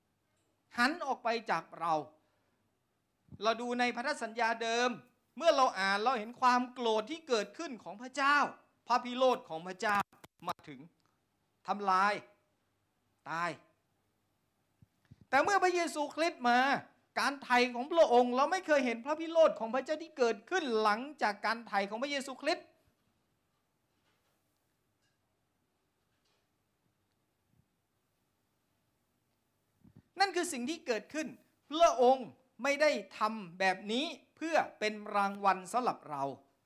เราดูในพันธสัญญาเดิมเมื่อเราอ่านเราเห็นความโกรธที่เกิดขึ้นของพระเจ้าพระพิโรธของพระเจ้ามาถึงทำลายตายแต่เมื่อพระเยซูคริสต์มาการไถ่ของพระองค์เราไม่เคยเห็นพระพิโรธของพระเจ้าที่เกิดขึ้นหลังจากการไถ่ของพระเยซูคริสต์นั่นคือสิ่งที่เกิดขึ้นพระองค์ไม่ได้ทำแบบนี้เพื่อเป็นรางวัลสำหรับเรา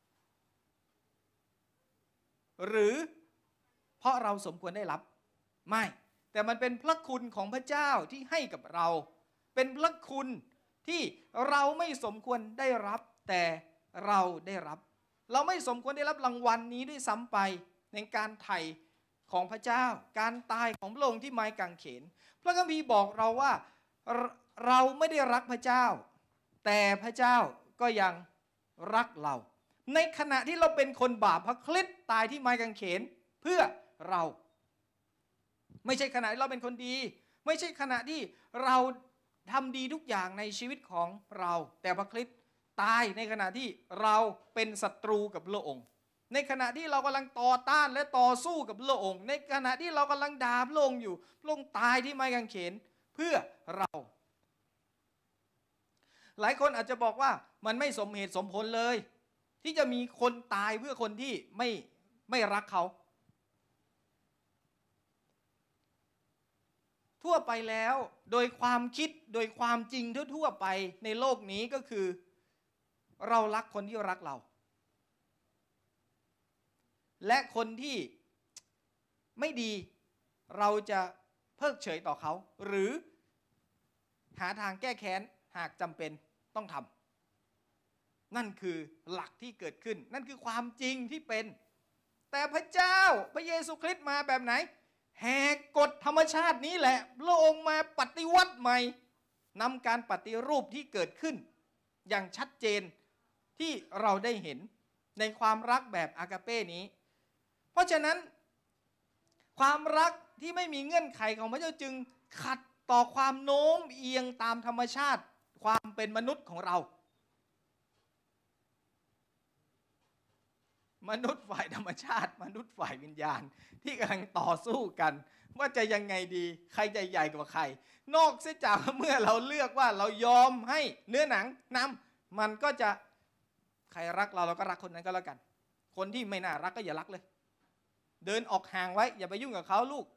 หรือเพราะเราสมควรได้รับไม่แต่มันเป็นพระคุณของพระเจ้าที่ให้กับเราเป็นพระคุณที่เราไม่สมควรได้รับแต่เราได้รับเราไม่สมควรได้รับรางวัลนี้ด้วยซ้ำไปในการไถ่ของพระเจ้าการตายของพระองค์ที่ไม้กางเขนพระคัมภีร์บอกเราว่าเราไม่ได้รักพระเจ้าแต่พระเจ้าก็ยังรักเราในขณะที่เราเป็นคนบาปพระคริสต์ตายที่ไม้กางเขนเพื่อเราไม่ใช่ขณะที่เราเป็นคนดีไม่ใช่ขณะที่เราทำดีทุกอย่างในชีวิตของเราแต่พระคริสต์ตายในขณะที่เราเป็นศัตรูกับพระองค์ในขณะที่เรากำลังต่อต้านและต่อสู้กับพระองค์ในขณะที่เรากำลังด่าพระองค์อยู่พระองค์ตายที่ไม้กางเขนเพื่อเราหลายคนอาจจะบอกว่ามันไม่สมเหตุสมผลเลย ที่จะมีคนตายเพื่อคนที่ไม่รักเขาทั่วไปแล้วโดยความคิดโดยความจริงทั่วไปในโลกนี้ก็คือเรารักคนที่รักเราและคนที่ไม่ดีเราจะเพิกเฉยต่อเขาหรือหาทางแก้แค้นหากจำเป็นต้องทำนั่นคือหลักที่เกิดขึ้นนั่นคือความจริงที่เป็นแต่พระเจ้าพระเยซูคริสต์มาแบบไหนแหกกฎธรรมชาตินี้แหละพระองค์มาปฏิวัติใหม่นำการปฏิรูปที่เกิดขึ้นอย่างชัดเจนที่เราได้เห็นในความรักแบบอากาเป้นี้เพราะฉะนั้นความรักที่ไม่มีเงื่อนไขของพระเจ้าจึงขัดต่อความโน้มเอียงตามธรรมชาติความเป็นมนุษย์ของเรามนุษย์ฝ่ายธรรมชาติมนุษย์ฝ่ายวิญญาณที่กำลังต่อสู้กันว่าจะยังไงดีใครจะใหญ่กว่าใครนอกเสียจากเมื่อเราเลือกว่าเรายอมให้เนื้อหนังนำมันก็จะใครรักเราเราก็รักคนนั้นก็แล้วกันคนที่ไม่น่ารักก็อย่ารักเลยเดินออกห่างไว้อย่าไปยุ่งกับเขาลูก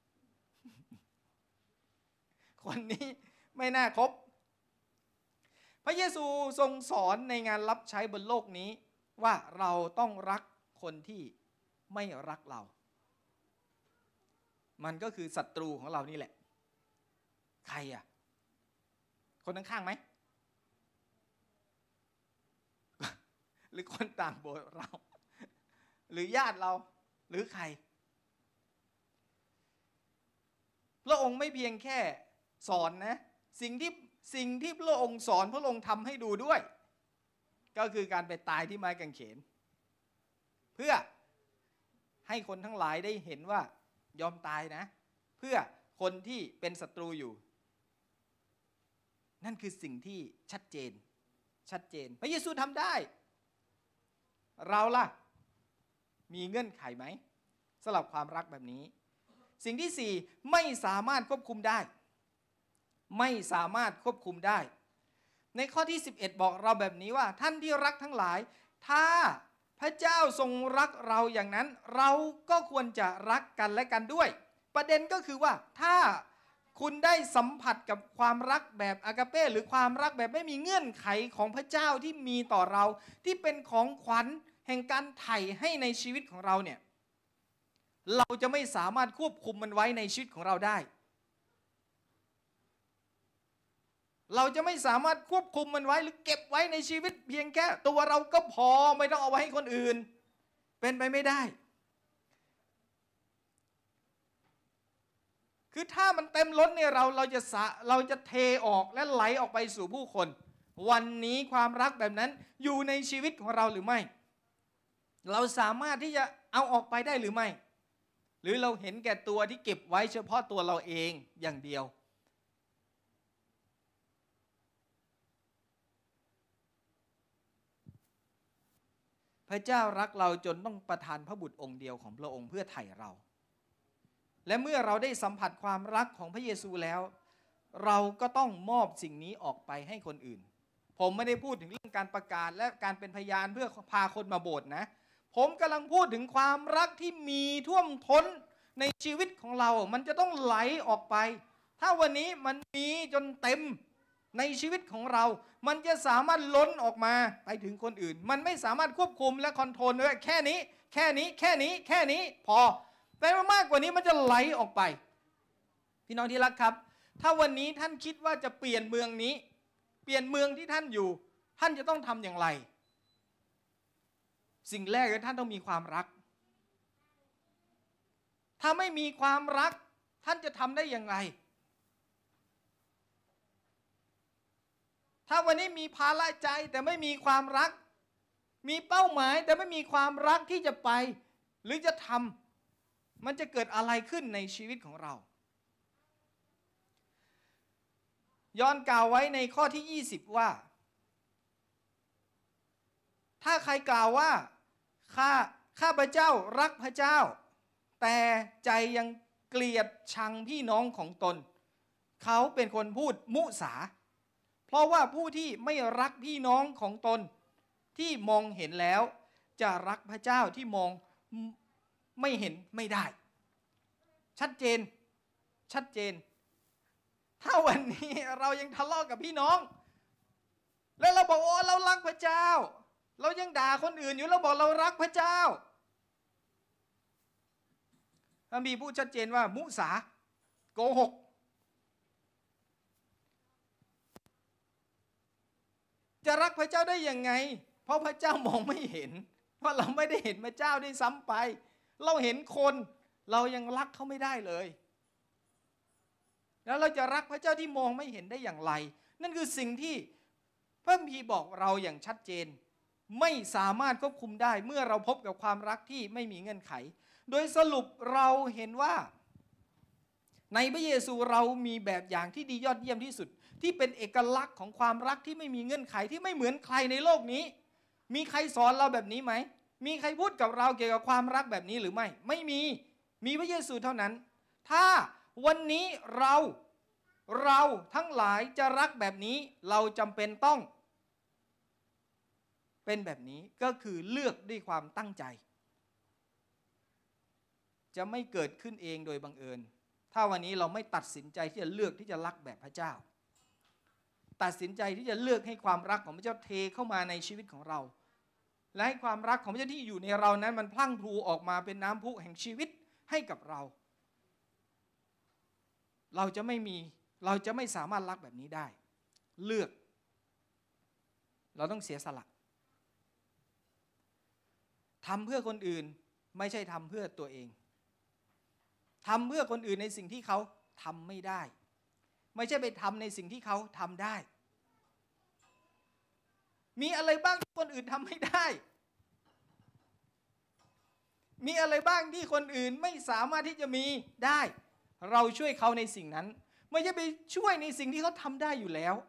คนนี้ไม่น่าคบพระเยซูทรงสอนในงานรับใช้บนโลกนี้ว่าเราต้องรักคนที่ไม่รักเรามันก็คือศัตรูของเรานี่แหละใครอ่ะคนข้างๆไหมหรือคนต่างโบสถ์เราหรือญาติเราหรือใครพระองค์ไม่เพียงแค่สอนนะสิ่งที่พระองค์สอนพระองค์ทำให้ดูด้วยก็คือการไปตายที่ไม้กางเขนเพื่อให้คนทั้งหลายได้เห็นว่ายอมตายนะเพื่อคนที่เป็นศัตรูอยู่นั่นคือสิ่งที่ชัดเจนพระเยซูทำได้เราล่ะมีเงื่อนไขไหมสำหรับความรักแบบนี้สิ่งที่ 4ไม่สามารถควบคุมได้ในข้อที่11บอกเราแบบนี้ว่าท่านที่รักทั้งหลายถ้าพระเจ้าทรงรักเราอย่างนั้นเราก็ควรจะรักกันและกันด้วยประเด็นก็คือว่าถ้าคุณได้สัมผัสกับความรักแบบอากาเป้หรือความรักแบบไม่มีเงื่อนไขของพระเจ้าที่มีต่อเราที่เป็นของขวัญแห่งการไถ่ให้ในชีวิตของเราเนี่ยเราจะไม่สามารถควบคุมมันไว้ในชีวิตของเราได้เราจะไม่สามารถควบคุมมันไว้หรือเก็บไว้ในชีวิตเพียงแค่ตัวเราก็พอไม่ต้องเอาไว้ให้คนอื่นเป็นไปไม่ได้คือถ้ามันเต็มล้นเนี่ยเราจะเทออกและไหลออกไปสู่ผู้คนวันนี้ความรักแบบนั้นอยู่ในชีวิตของเราหรือไม่เราสามารถที่จะเอาออกไปได้หรือไม่หรือเราเห็นแก่ตัวที่เก็บไว้เฉพาะตัวเราเองอย่างเดียวพระเจ้ารักเราจนต้องประทานพระบุตรองค์เดียวของพระองค์เพื่อไถ่เราและเมื่อเราได้สัมผัสความรักของพระเยซูแล้วเราก็ต้องมอบสิ่งนี้ออกไปให้คนอื่นผมไม่ได้พูดถึงเรื่องการประกาศและการเป็นพยานเพื่อพาคนมาโบสถ์นะผมกำลังพูดถึงความรักที่มีท่วมท้นในชีวิตของเรามันจะต้องไหลออกไปถ้าวันนี้มันมีจนเต็มในชีวิตของเรามันจะสามารถล้นออกมาไปถึงคนอื่นมันไม่สามารถควบคุมและคอนโทรลได้แค่นี้พอแต่มากกว่านี้มันจะไหลออกไปพี่น้องที่รักครับถ้าวันนี้ท่านคิดว่าจะเปลี่ยนเมืองนี้เปลี่ยนเมืองที่ท่านอยู่ท่านจะต้องทำอย่างไรสิ่งแรกคือท่านต้องมีความรักถ้าไม่มีความรักท่านจะทำได้อย่างไรถ้าวันนี้มีภาระใจแต่ไม่มีความรักมีเป้าหมายแต่ไม่มีความรักที่จะไปหรือจะทำมันจะเกิดอะไรขึ้นในชีวิตของเราย้อนกล่าวไว้ในข้อที่20ว่าถ้าใครกล่าวว่าข้าพเจ้ารักพระเจ้าแต่ใจยังเกลียดชังพี่น้องของตนเขาเป็นคนพูดมุสาเพราะว่าผู้ที่ไม่รักพี่น้องของตนที่มองเห็นแล้วจะรักพระเจ้าที่มองไม่เห็นไม่ได้ชัดเจนชัดเจนถ้าวันนี้เรายังทะเลาะกับพี่น้องแล้วเราบอกโอ้เรารักพระเจ้าเรายังด่าคนอื่นอยู่เราบอกเรารักพระเจ้าพระคัมภีร์พูดชัดเจนว่ามุสาโกหกจะรักพระเจ้าได้ยังไงเพราะพระเจ้ามองไม่เห็นเพราะเราไม่ได้เห็นพระเจ้าได้ซ้ำไปเราเห็นคนเรายังรักเขาไม่ได้เลยแล้วเราจะรักพระเจ้าที่มองไม่เห็นได้อย่างไรนั่นคือสิ่งที่พระคัมภีร์บอกเราอย่างชัดเจนไม่สามารถควบคุมได้เมื่อเราพบกับความรักที่ไม่มีเงื่อนไขโดยสรุปเราเห็นว่าในพระเยซูเรามีแบบอย่างที่ดียอดเยี่ยมที่สุดที่เป็นเอกลักษณ์ของความรักที่ไม่มีเงื่อนไขที่ไม่เหมือนใครในโลกนี้มีใครสอนเราแบบนี้ไหมมีใครพูดกับเราเกี่ยวกับความรักแบบนี้หรือไม่ไม่มีพระเยซูเท่านั้นถ้าวันนี้เราทั้งหลายจะรักแบบนี้เราจำเป็นต้องเป็นแบบนี้ก็คือเลือกด้วยความตั้งใจจะไม่เกิดขึ้นเองโดยบังเอิญถ้าวันนี้เราไม่ตัดสินใจที่จะเลือกที่จะรักแบบพระเจ้าตัดสินใจที่จะเลือกให้ความรักของพระเจ้าเทเข้ามาในชีวิตของเราและให้ความรักของพระเจ้าที่อยู่ในเรานั้นมันพลั่งพลูออกมาเป็นน้ำพุแห่งชีวิตให้กับเราจะไม่สามารถรักแบบนี้ได้เลือกเราต้องเสียสละทำเพื่อคนอื่นไม่ใช่ทำเพื่อตัวเองทำเพื่อคนอื่นในสิ่งที่เขาทำไม่ได้ไม่ใช่ไปทำในสิ่งที่เขาทำได้มีอะไรบ้างที่คนอื่นทำไม่ได้มีอะไรบ้างที่คนอื่นไม่สามารถที่จะมีได้เราช่วยเขาในสิ่งนั้นไม่ใช่ไปช่วยในสิ่งที่เขาทำได้อยู่แล้ว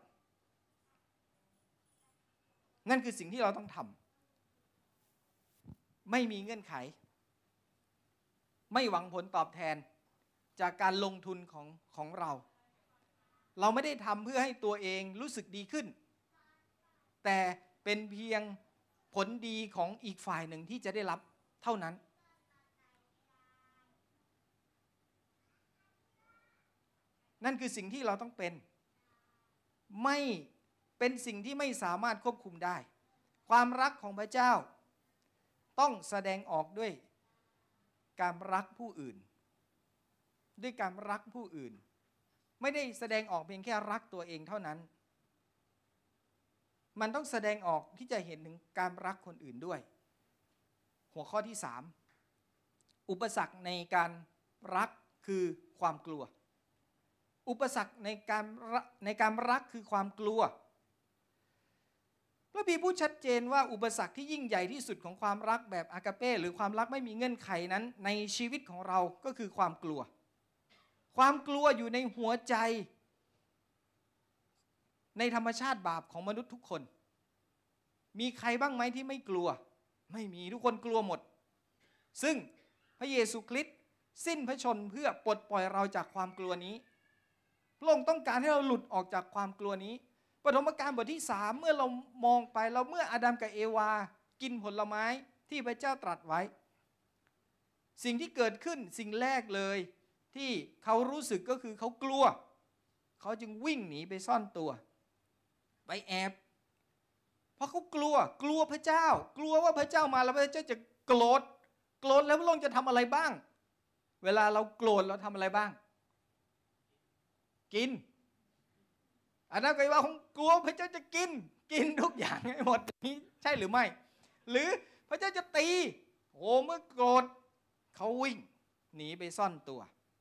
นั่นคือสิ่งที่เราต้องทำไม่มีเงื่อนไขไม่หวังผลตอบแทนจากการลงทุนของเราไม่ได้ทำเพื่อให้ตัวเองรู้สึกดีขึ้นแต่เป็นเพียงผลดีของอีกฝ่ายหนึ่งที่จะได้รับเท่านั้นนั่นคือสิ่งที่เราต้องเป็นไม่เป็นสิ่งที่ไม่สามารถควบคุมได้ความรักของพระเจ้าต้องแสดงออกด้วยการรักผู้อื่นด้วยการรักผู้อื่นไม่ได้แสดงออกเพียงแค่รักตัวเองเท่านั้นมันต้องแสดงออกที่จะเห็นถึงการรักคนอื่นด้วยหัวข้อที่3อุปสรรคในการรักคือความกลัวอุปสรรคในการรักคือความกลัวพระบีพูดชัดเจนว่าอุปสรรคที่ยิ่งใหญ่ที่สุดของความรักแบบอากาเป้หรือความรักไม่มีเงื่อนไขนั้นในชีวิตของเราก็คือความกลัวความกลัวอยู่ในหัวใจในธรรมชาติบาปของมนุษย์ทุกคนมีใครบ้างไหมที่ไม่กลัวไม่มีทุกคนกลัวหมดซึ่งพระเยซูคริสต์สิ้นพระชนม์เพื่อปลดปล่อยเราจากความกลัวนี้พระองค์ต้องการให้เราหลุดออกจากความกลัวนี้ปฐมกาลบทที่3เมื่อเรามองไปเราเมื่ออาดัมกับเอวากินผลไม้ที่พระเจ้าตรัสไว้สิ่งที่เกิดขึ้นสิ่งแรกเลยที่เขารู้สึกก็คือเขากลัวเขาจึงวิ่งหนีไปซ่อนตัวไปแอบเพราะเขากลัวพระเจ้ากลัวว่าพระเจ้ามาแล้วพระเจ้าจะโกรธแล้วพระองค์จะทำอะไรบ้างเวลาเราโกรธเราทำอะไรบ้างกินอันนั้นก็ว่าคงกลัวพระเจ้าจะกินทุกอย่างให้หมดนี้ใช่หรือไม่หรือพระเจ้าจะตีโอ้เมื่อโกรธเขาวิ่งหนีไปซ่อนตัว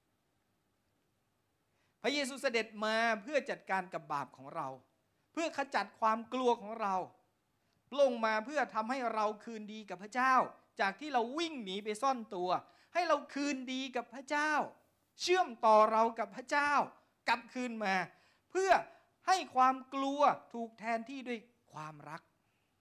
พระเยซูเสด็จมาเพื่อจัดการกับบาปของเราเพื่อขจัดความกลัวของเราลงมาเพื่อทำให้เราคืนดีกับพระเจ้าจากที่เราวิ่งหนีไปซ่อนตัวให้เราคืนดีกับพระเจ้าเชื่อมต่อเรากับพระเจ้ากลับคืนมาเพื่อให้ความกลัวถูกแทนที่ด้วยความรัก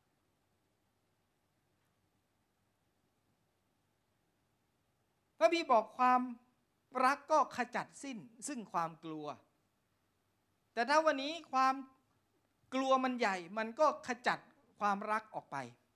พระบิดาบอกความรักก็ขจัดสิ้นซึ่งความกลัวแต่ถ้าวันนี้ความกลัวมันใหญ่มันก็ขจัดความรักออกไป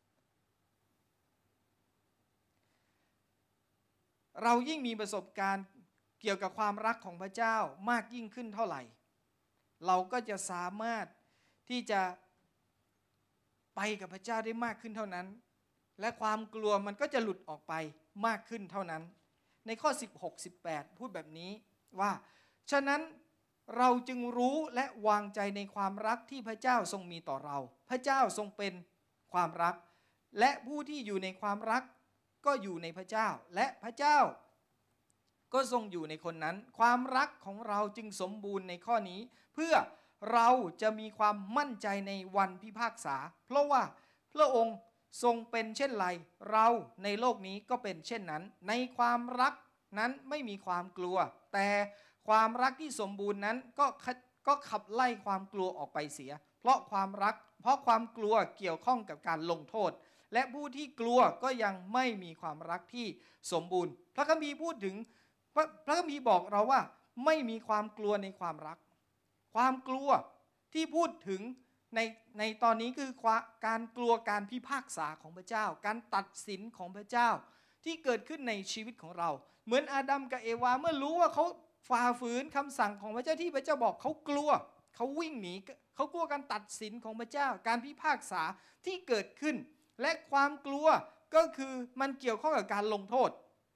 เรายิ่งมีประสบการณ์เกี่ยวกับความรักของพระเจ้ามากยิ่งขึ้นเท่าไหร่เราก็จะสามารถที่จะไปกับพระเจ้าได้มากขึ้นเท่านั้นและความกลัวมันก็จะหลุดออกไปมากขึ้นเท่านั้นในข้อ16-18พูดแบบนี้ว่าฉะนั้นเราจึงรู้และวางใจในความรักที่พระเจ้าทรงมีต่อเราพระเจ้าทรงเป็นความรักและผู้ที่อยู่ในความรักก็อยู่ในพระเจ้าและพระเจ้าก็ทรงอยู่ในคนนั้นความรักของเราจึงสมบูรณ์ในข้อนี้เพื่อเราจะมีความมั่นใจในวันพิพากษาเพราะว่าพระองค์ทรงเป็นเช่นไรเราในโลกนี้ก็เป็นเช่นนั้นในความรักนั้นไม่มีความกลัวแต่ความรักที่สมบูรณ์นั้นก็ขับไล่ความกลัวออกไปเสียเพราะความกลัวเกี่ยวข้องกับการลงโทษและผู้ที่กลัวก็ยังไม่มีความรักที่สมบูรณ์พระคัมภีร์พูดถึงพระคัมภีร์บอกเราว่าไม่มีความกลัวในความรักความกลัวที่พูดถึงในตอนนี้คือการกลัวการพิพากษาของพระเจ้าการตัดสินของพระเจ้าที่เกิดขึ้นในชีวิตของเราเหมือนอาดัมกับเอวาเมื่อรู้ว่าเขาฝ่าฝืนคำสั่งของพระเจ้าที่พระเจ้าบอกเขากลัวเขาวิ่งหนีเขากลัวการตัดสินของพระเจ้าการพิพากษาที่เกิดขึ้นและความกลัวก็คือมันเกี่ยวข้องกับการลงโทษ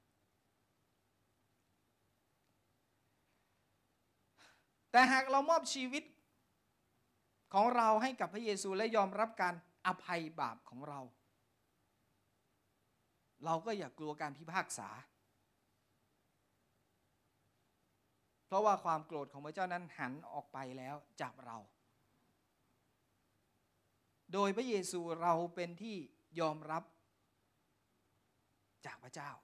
แต่หากเรามอบชีวิตของเราให้กับพระเยซูและยอมรับการอภัยบาปของเราก็อย่ากลัวการพิพากษาเพราะว่าความโกรธของพระเจ้านั้นหันออกไปแล้วจากเราโดยพระเยซูเราเป็นที่ยอมรับจากพระเจ้า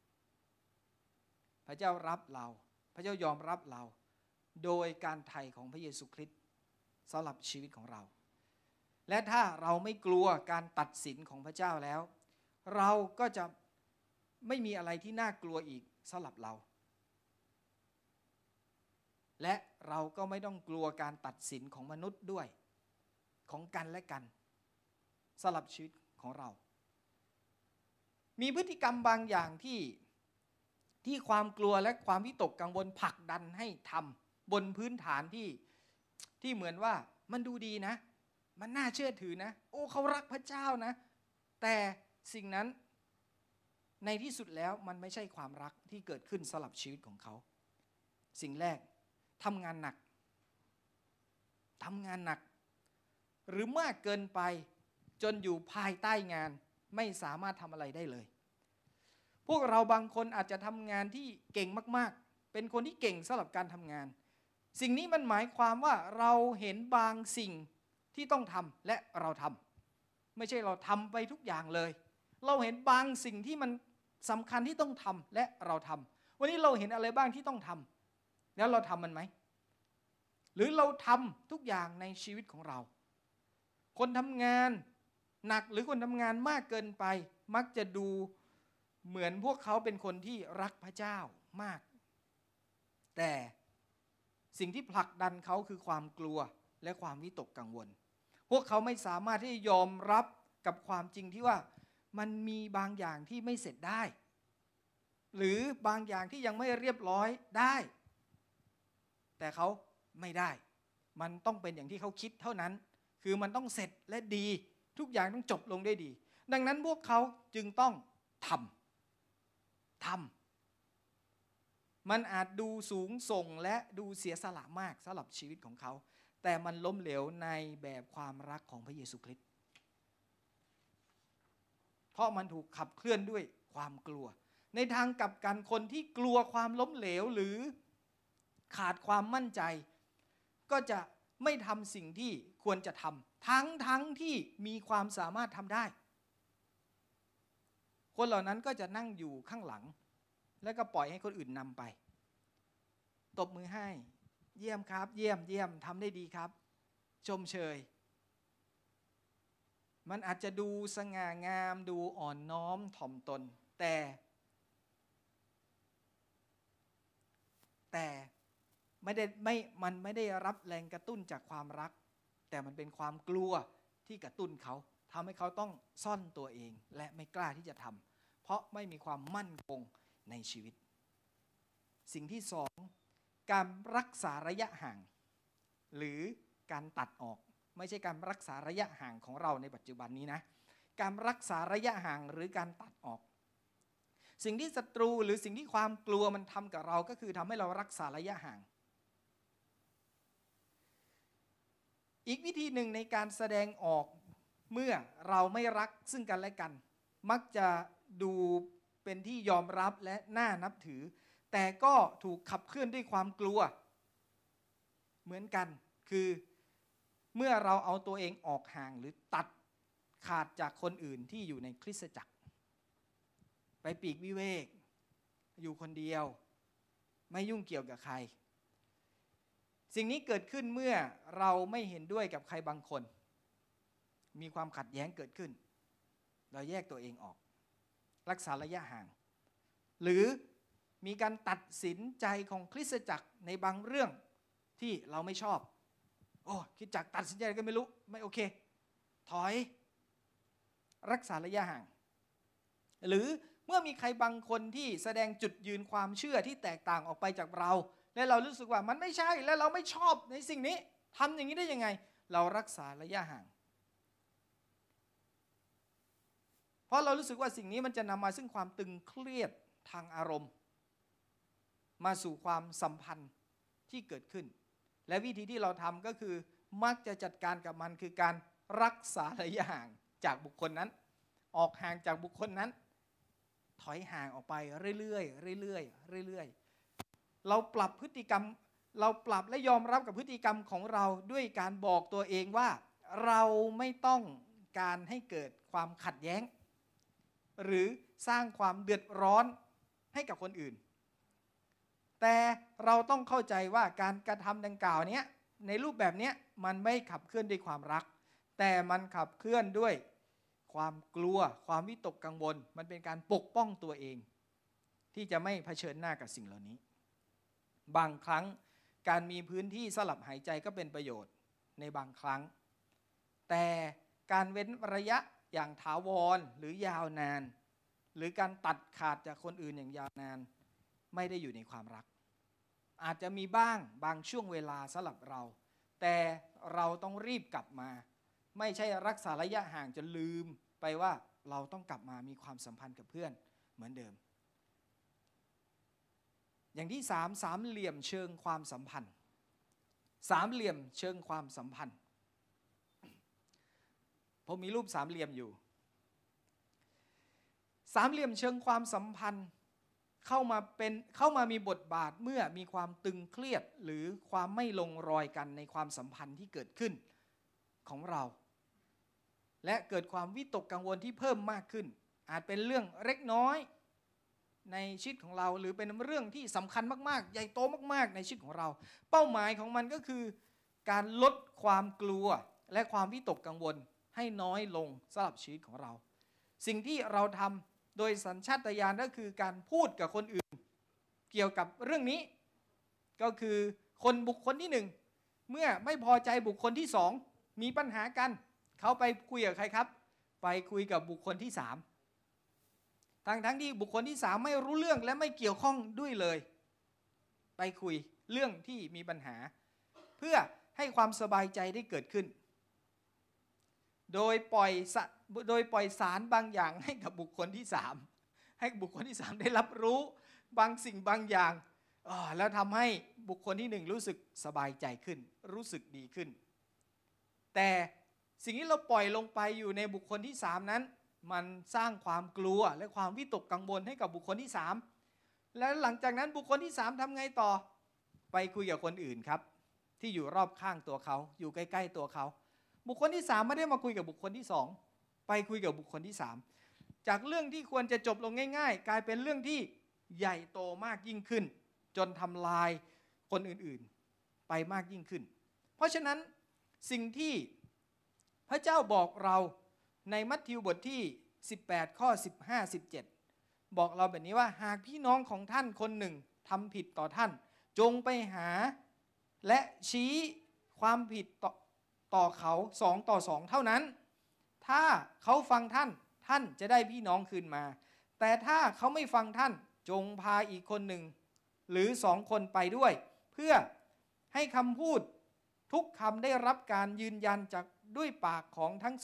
พระเจ้ารับเราพระเจ้ายอมรับเราโดยการไถ่ของพระเยซูคริสต์สำหรับชีวิตของเราและถ้าเราไม่กลัวการตัดสินของพระเจ้าแล้วเราก็จะไม่มีอะไรที่น่ากลัวอีกสำหรับเราและเราก็ไม่ต้องกลัวการตัดสินของมนุษย์ด้วยของกันและกันสำหรับชีวิตของเรามีพฤติกรรมบางอย่างที่ความกลัวและความวิตกกังวลผลักดันให้ทำบนพื้นฐานที่เหมือนว่ามันดูดีนะมันน่าเชื่อถือนะโอ้เขารักพระเจ้านะแต่สิ่งนั้นในที่สุดแล้วมันไม่ใช่ความรักที่เกิดขึ้นสำหรับชีวิตของเขาสิ่งแรกทำงานหนักหรือมากเกินไปจนอยู่ภายใต้งานไม่สามารถทำอะไรได้เลยพวกเราบางคนอาจจะทำงานที่เก่งมากๆเป็นคนที่เก่งสำหรับการทำงานสิ่งนี้มันหมายความว่าเราเห็นบางสิ่งที่ต้องทำและเราทำไม่ใช่เราทำไปทุกอย่างเลยเราเห็นบางสิ่งที่มันสำคัญที่ต้องทำและเราทำวันนี้เราเห็นอะไรบ้างที่ต้องทำแล้วเราทำมันไหมหรือเราทำทุกอย่างในชีวิตของเราคนทำงานหนักหรือคนทำงานมากเกินไปมักจะดูเหมือนพวกเขาเป็นคนที่รักพระเจ้ามากแต่สิ่งที่ผลักดันเขาคือความกลัวและความวิตกกังวลพวกเขาไม่สามารถที่จะยอมรับกับความจริงที่ว่ามันมีบางอย่างที่ไม่เสร็จได้หรือบางอย่างที่ยังไม่เรียบร้อยได้แต่เขาไม่ได้มันต้องเป็นอย่างที่เขาคิดเท่านั้นคือมันต้องเสร็จและดีทุกอย่างต้องจบลงได้ดีดังนั้นพวกเขาจึงต้องทำมันอาจดูสูงส่งและดูเสียสละมากสำหรับชีวิตของเขาแต่มันล้มเหลวในแบบความรักของพระเยซูคริสต์เพราะมันถูกขับเคลื่อนด้วยความกลัวในทางกลับกันคนที่กลัวความล้มเหลวหรือขาดความมั่นใจก็จะไม่ทำสิ่งที่ควรจะทำทั้งที่มีความสามารถทำได้คนเหล่านั้นก็จะนั่งอยู่ข้างหลังแล้วก็ปล่อยให้คนอื่นนำไปตบมือให้เยี่ยมครับเยี่ยมทำได้ดีครับชมเชยมันอาจจะดูสง่างามดูอ่อนน้อมถ่อมตนแต่มันไม่ได้รับแรงกระตุ้นจากความรักแต่มันเป็นความกลัวที่กระตุ้นเขาทำให้เขาต้องซ่อนตัวเองและไม่กล้าที่จะทำเพราะไม่มีความมั่นคงในชีวิตสิ่งที่สองการรักษาระยะห่างหรือการตัดออกไม่ใช่การรักษาระยะห่างของเราในปัจจุบันนี้นะการรักษาระยะห่างหรือการตัดออกสิ่งที่ศัตรูหรือสิ่งที่ความกลัวมันทำกับเราก็คือทำให้เรารักษาระยะห่างอีกวิธีหนึ่งในการแสดงออกเมื่อเราไม่รักซึ่งกันและกันมักจะดูเป็นที่ยอมรับและน่านับถือแต่ก็ถูกขับเคลื่อนด้วยความกลัวเหมือนกันคือเมื่อเราเอาตัวเองออกห่างหรือตัดขาดจากคนอื่นที่อยู่ในคริสตจักรไปปีกวิเวกอยู่คนเดียวไม่ยุ่งเกี่ยวกับใครสิ่งนี้เกิดขึ้นเมื่อเราไม่เห็นด้วยกับใครบางคนมีความขัดแย้งเกิดขึ้นเราแยกตัวเองออกรักษาระยะห่างหรือมีการตัดสินใจของคริสตจักรในบางเรื่องที่เราไม่ชอบโอ้คริสตจักรตัดสินใจก็ไม่รู้ไม่โอเคถอยรักษาระยะห่างหรือเมื่อมีใครบางคนที่แสดงจุดยืนความเชื่อที่แตกต่างออกไปจากเราและเรารู้สึกว่ามันไม่ใช่และเราไม่ชอบในสิ่งนี้ทำอย่างนี้ได้ยังไงเรารักษาระยะห่างเพราะเรารู้สึกว่าสิ่งนี้มันจะนำมาซึ่งความตึงเครียดทางอารมณ์มาสู่ความสัมพันธ์ที่เกิดขึ้นและวิธีที่เราทำก็คือมักจะจัดการกับมันคือการรักษาระยะห่างจากบุคคลนั้นออกห่างจากบุคคลนั้นถอยห่างออกไปเรื่อยๆเรื่อยๆเรื่อยๆเราปรับพฤติกรรมเราปรับและยอมรับกับพฤติกรรมของเราด้วยการบอกตัวเองว่าเราไม่ต้องการให้เกิดความขัดแย้งหรือสร้างความเดือดร้อนให้กับคนอื่นแต่เราต้องเข้าใจว่าการกระทำดังกล่าวนี้ในรูปแบบนี้มันไม่ขับเคลื่อนด้วยความรักแต่มันขับเคลื่อนด้วยความกลัวความวิตกกังวลมันเป็นการปกป้องตัวเองที่จะไม่เผชิญหน้ากับสิ่งเหล่านี้บางครั้งการมีพื้นที่สลับหายใจก็เป็นประโยชน์ในบางครั้งแต่การเว้นระยะอย่างถาวรหรือยาวนานหรือการตัดขาดจากคนอื่นอย่างยาวนานไม่ได้อยู่ในความรักอาจจะมีบ้างบางช่วงเวลาสำหรับเราแต่เราต้องรีบกลับมาไม่ใช่รักษาระยะห่างจนลืมไปว่าเราต้องกลับมามีความสัมพันธ์กับเพื่อนเหมือนเดิมอย่างที่สามเหลี่ยมเชิงความสัมพันธ์สามเหลี่ยมเชิงความสัมพันธ์ผมมีรูปสามเหลี่ยมอยู่สามเหลี่ยมเชิงความสัมพันธ์เข้ามามีบทบาทเมื่อมีความตึงเครียดหรือความไม่ลงรอยกันในความสัมพันธ์ที่เกิดขึ้นของเราและเกิดความวิตกกังวลที่เพิ่มมากขึ้นอาจเป็นเรื่องเล็กน้อยในชีวิตของเราหรือเป็นเรื่องที่สำคัญมากๆใหญ่โตมากๆในชีวิตของเราเป้าหมายของมันก็คือการลดความกลัวและความวิตกกังวลให้น้อยลงสำหรับชีวิตของเราสิ่งที่เราทำโดยสัญชาตญาณก็คือการพูดกับคนอื่นเกี่ยวกับเรื่องนี้ก็คือบุคคลที่หนึ่งเมื่อไม่พอใจบุคคลที่สองมีปัญหากันเขาไปคุยกับใครครับไปคุยกับบุคคลที่สามทั้งที่บุคคลที่สามไม่รู้เรื่องและไม่เกี่ยวข้องด้วยเลยไปคุยเรื่องที่มีปัญหาเพื่อให้ความสบายใจได้เกิดขึ้นโดยปล่อยสารบางอย่างให้กับบุคคลที่สามให้บุคคลที่สามได้รับรู้บางสิ่งบางอย่างแล้วทำให้บุคคลที่หนึ่งรู้สึกสบายใจขึ้นรู้สึกดีขึ้นแต่สิ่งที่เราปล่อยลงไปอยู่ในบุคคลที่สามนั้นมันสร้างความกลัวและความวิตกกังวลให้กับบุคคลที่สามแล้วหลังจากนั้นบุคคลที่สามทำไงต่อไปคุยกับคนอื่นครับที่อยู่รอบข้างตัวเขาอยู่ใกล้ๆตัวเขาบุคคลที่สามไม่ได้มาคุยกับบุคคลที่สองไปคุยกับบุคคลที่สามจากเรื่องที่ควรจะจบลงง่ายๆกลายเป็นเรื่องที่ใหญ่โตมากยิ่งขึ้นจนทำลายคนอื่นๆไปมากยิ่งขึ้นเพราะฉะนั้นสิ่งที่พระเจ้าบอกเราในมัทธิวบทที่18ข้อ15-17บอกเราแบบนี้ว่าหากพี่น้องของท่านคนหนึ่งทำผิดต่อท่านจงไปหาและชี้ความผิดต่อเขา2 ต่อ 2เท่านั้นถ้าเขาฟังท่านจะได้พี่น้องคืนมาแต่ถ้าเขาไม่ฟังท่านจงพาอีกคนหนึ่งหรือ2 คนไปด้วยเพื่อให้คำพูดทุกคำได้รับการยืนยันจากด้วยปากของทั้ง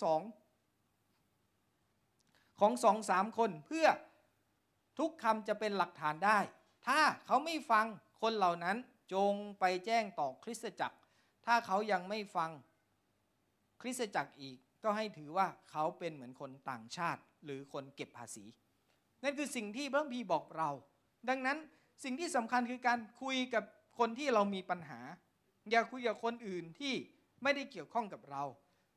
2-3 คนเพื่อทุกคำจะเป็นหลักฐานได้ถ้าเขาไม่ฟังคนเหล่านั้นจงไปแจ้งต่อคริสตจักรถ้าเขายังไม่ฟังคริสตจักรอีกก็ให้ถือว่าเขาเป็นเหมือนคนต่างชาติหรือคนเก็บภาษีนั่นคือสิ่งที่พระคัมภีร์บอกเราดังนั้นสิ่งที่สำคัญคือการคุยกับคนที่เรามีปัญหาอย่าคุยกับคนอื่นที่ไม่ได้เกี่ยวข้องกับเรา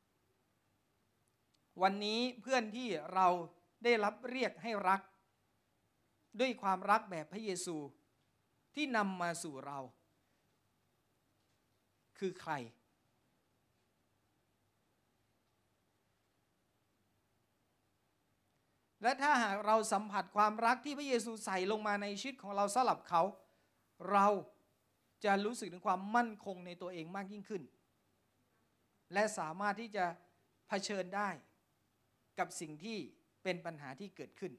วันนี้เพื่อนที่เราได้รับเรียกให้รักด้วยความรักแบบพระเยซูที่นำมาสู่เราคือใครและถ้าหากเราสัมผัสความรักที่พระเยซูใส่ลงมาในชีวิตของเราสำหรับเขาเราจะรู้สึกถึงความมั่นคงในตัวเองมากยิ่งขึ้นและสามารถที่จะเผชิญได้กับสิ่งที่เป็นปัญหาที่เกิดขึ้น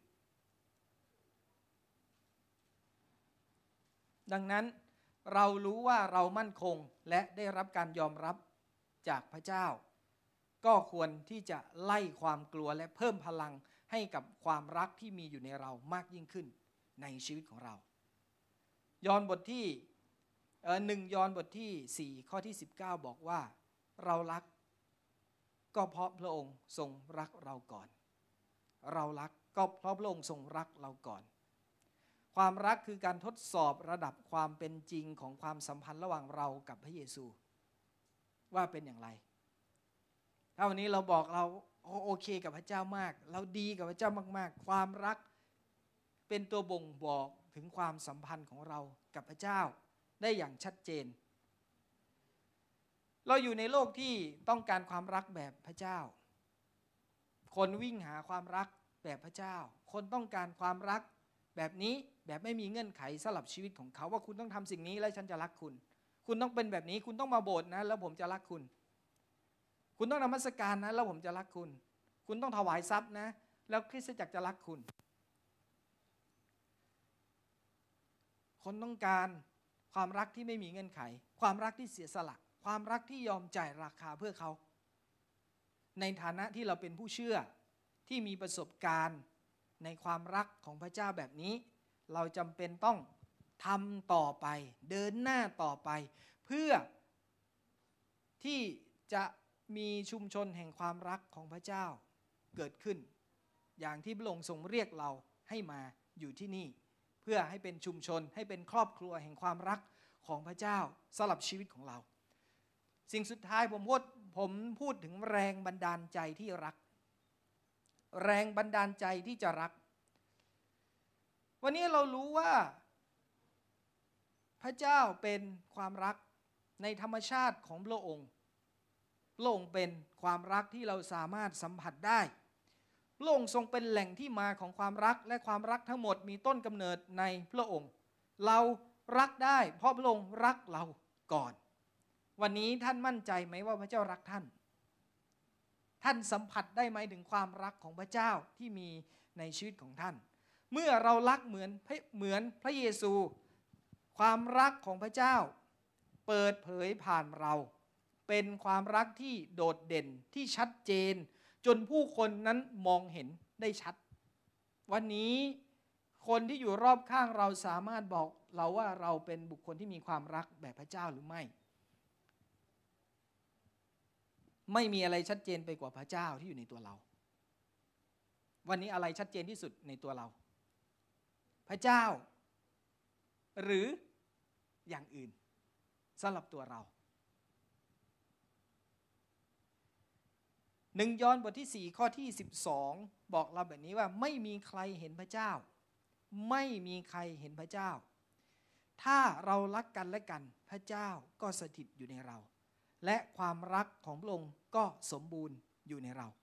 ดังนั้นเรารู้ว่าเรามั่นคงและได้รับการยอมรับจากพระเจ้าก็ควรที่จะไล่ความกลัวและเพิ่มพลังให้กับความรักที่มีอยู่ในเรามากยิ่งขึ้นในชีวิตของเรายอห์นบทที่1 ยอห์นบทที่4ข้อที่19บอกว่าเรารักก็เพราะพระองค์ทรงรักเราก่อนเรารักก็เพราะพระองค์ทรงรักเราก่อนความรักคือการทดสอบระดับความเป็นจริงของความสัมพันธ์ระหว่างเรากับพระเยซูว่าเป็นอย่างไรถ้าวันนี้เราบอกเราโอเคกับพระเจ้ามากเราดีกับพระเจ้ามากๆความรักเป็นตัวบ่งบอกถึงความสัมพันธ์ของเรากับพระเจ้าได้อย่างชัดเจนเราอยู่ในโลกที่ต้องการความรักแบบพระเจ้าคนวิ่งหาความรักแบบพระเจ้าคนต้องการความรักแบบนี้แบบไม่มีเงื่อนไขสำหรับชีวิตของเขาว่าคุณต้องทำสิ่งนี้แล้วฉันจะรักคุณคุณต้องเป็นแบบนี้คุณต้องมาโบสถ์นะแล้วผมจะรักคุณคุณต้องนมัสการนะแล้วผมจะรักคุณคุณต้องถวายทรัพย์นะแล้วคริสตจักรจะรักคุณคนต้องการความรักที่ไม่มีเงื่อนไขความรักที่เสียสละความรักที่ยอมจ่ายราคาเพื่อเขาในฐานะที่เราเป็นผู้เชื่อที่มีประสบการณ์ในความรักของพระเจ้าแบบนี้เราจำเป็นต้องทำต่อไปเดินหน้าต่อไปเพื่อที่จะมีชุมชนแห่งความรักของพระเจ้าเกิดขึ้นอย่างที่พระองค์ทรงเรียกเราให้มาอยู่ที่นี่เพื่อให้เป็นชุมชนให้เป็นครอบครัวแห่งความรักของพระเจ้าสำหรับชีวิตของเราสิ่งสุดท้ายผมพูดถึงแรงบันดาลใจที่รักแรงบันดาลใจที่จะรักวันนี้เรารู้ว่าพระเจ้าเป็นความรักในธรรมชาติของพระองค์พระองค์เป็นความรักที่เราสามารถสัมผัสได้พระองค์ทรงเป็นแหล่งที่มาของความรักและความรักทั้งหมดมีต้นกำเนิดในพระองค์เรารักได้เพราะพระองค์รักเราก่อนวันนี้ท่านมั่นใจไหมว่าพระเจ้ารักท่านท่านสัมผัสได้ไหมถึงความรักของพระเจ้าที่มีในชีวิตของท่านเมื่อเรารักเหมือนพระเยซูความรักของพระเจ้าเปิดเผยผ่านเราเป็นความรักที่โดดเด่นที่ชัดเจนจนผู้คนนั้นมองเห็นได้ชัดวันนี้คนที่อยู่รอบข้างเราสามารถบอกเราว่าเราเป็นบุคคลที่มีความรักแบบพระเจ้าหรือไม่มีอะไรชัดเจนไปกว่าพระเจ้าที่อยู่ในตัวเราวันนี้อะไรชัดเจนที่สุดในตัวเราพระเจ้าหรืออย่างอื่นสำหรับตัวเรา1 ยอห์นบทที่4ข้อที่12บอกเราแบบนี้ว่าไม่มีใครเห็นพระเจ้าไม่มีใครเห็นพระเจ้าถ้าเรารักกันและกันพระเจ้าก็สถิตอยู่ในเราและความรักของพระองค์ก็สมบูรณ์อยู่ในเรา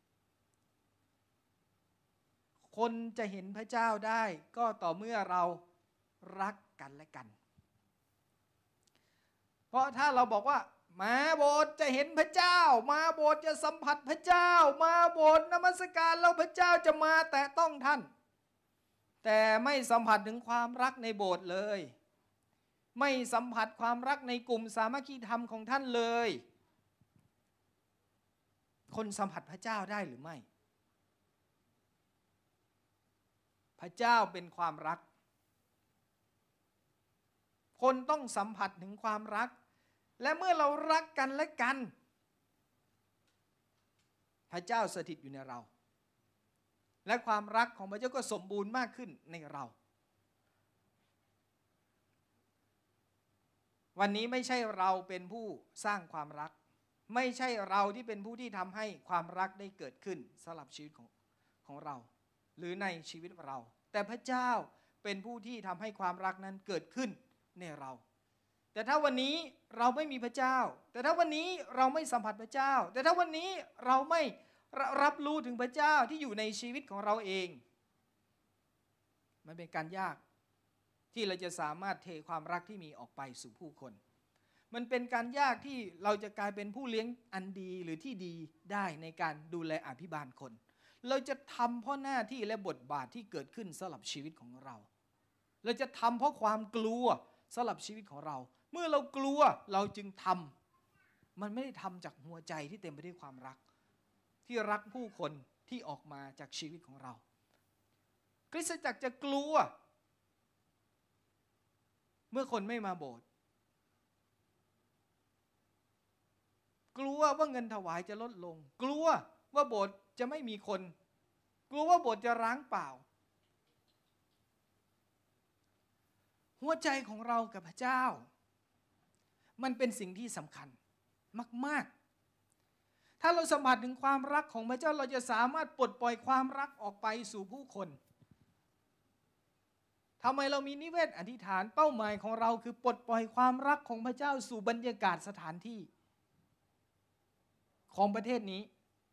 คนจะเห็นพระเจ้าได้ก็ต่อเมื่อเรารักกันและกันเพราะถ้าเราบอกว่ามาโบสถ์จะเห็นพระเจ้ามาโบสถ์จะสัมผัสพระเจ้ามาโบสถ์นมัสการแล้วพระเจ้าจะมาแตะต้องท่านแต่ไม่สัมผัสถึงความรักในโบสถ์เลยไม่สัมผัสความรักในกลุ่มสามัคคีธรรมของท่านเลยคนสัมผัสพระเจ้าได้หรือไม่พระเจ้าเป็นความรักคนต้องสัมผัสถึงความรักและเมื่อเรารักกันและกันพระเจ้าสถิตอยู่ในเราและความรักของพระเจ้าก็สมบูรณ์มากขึ้นในเราวันนี้ไม่ใช่เราเป็นผู้สร้างความรักไม่ใช่เราที่เป็นผู้ที่ทำให้ความรักได้เกิดขึ้นสำหรับชีวิตของเราหรือในชีวิตเราแต่พระเจ้าเป็นผู้ที่ทำให้ความรักนั้นเกิดขึ้นในเราแต่ถ้าวันนี้เราไม่มีพระเจ้าแต่ถ้าวันนี้เราไม่สัมผัสพระเจ้าแต่ถ้าวันนี้เราไม่รับรู้ถึงพระเจ้าที่อยู่ในชีวิตของเราเองมันเป็นการยากที่เราจะสามารถเทความรักที่มีออกไปสู่ผู้คนมันเป็นการยากที่เราจะกลายเป็นผู้เลี้ยงอันดีหรือที่ดีได้ในการดูแลอภิบาลคนเราจะทำเพราะหน้าที่และบทบาทที่เกิดขึ้นสำหรับชีวิตของเราเราจะทำเพราะความกลัวสำหรับชีวิตของเราเมื่อเรากลัวเราจึงทำมันไม่ได้ทำจากหัวใจที่เต็มไปด้วยความรักที่รักผู้คนที่ออกมาจากชีวิตของเราคริสตจักรจะกลัวเมื่อคนไม่มาโบสถ์กลัวว่าเงินถวายจะลดลงกลัวว่าโบสถ์จะไม่มีคนกลัวว่าโบสถ์จะร้างเปล่าหัวใจของเรากับพระเจ้ามันเป็นสิ่งที่สำคัญมากๆถ้าเราสัมผัสถึงความรักของพระเจ้าเราจะสามารถปลดปล่อยความรักออกไปสู่ผู้คนทำไมเรามีนิเวศอธิษฐานเป้าหมายของเราคือปลดปล่อยความรักของพระเจ้าสู่บรรยากาศสถานที่ของประเทศนี้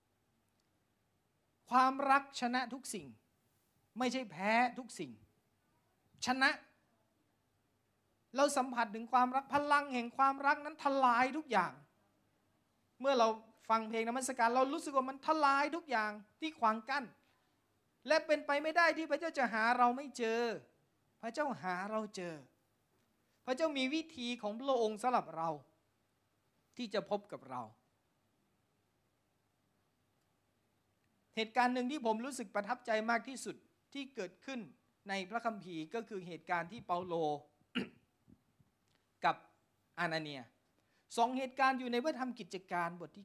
ความรักชนะทุกสิ่งไม่ใช่แพ้ทุกสิ่งชนะเราสัมผัสถึงความรักพลังแห่งความรักนั้นทลายทุกอย่างเมื่อเราฟังเพลงนมัสการเรารู้สึกว่ามันทลายทุกอย่างที่ขวางกั้นและเป็นไปไม่ได้ที่พระเจ้าจะหาเราไม่เจอพระเจ้าหาเราเจอพระเจ้ามีวิธีของพระองค์สำหรับเราที่จะพบกับเราเหตุการณ์หนึ่งที่ผมรู้สึกประทับใจมากที่สุดที่เกิดขึ้นในพระคัมภีร์ก็คือเหตุการณ์ที่เปาโล กับอานาเนียสองเหตุการณ์อยู่ในพระธรรมกิจการบทที่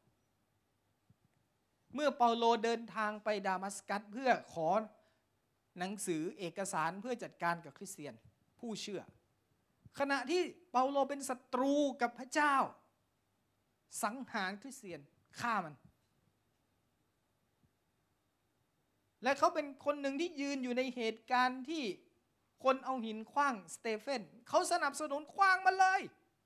9เมื่อเปาโลเดินทางไปดามัสกัสเพื่อขอหนังสือเอกสารเพื่อจัดการกับคริสเตียนผู้เชื่อขณะที่เปาโลเป็นศัตรูกับพระเจ้าสังหารคริสเตียนฆ่ามันและเขาเป็นคนหนึ่งที่ยืนอยู่ในเหตุการณ์ที่คนเอาหินขว้างสเตเฟนเขาสนับสนุนขว้างมันเลย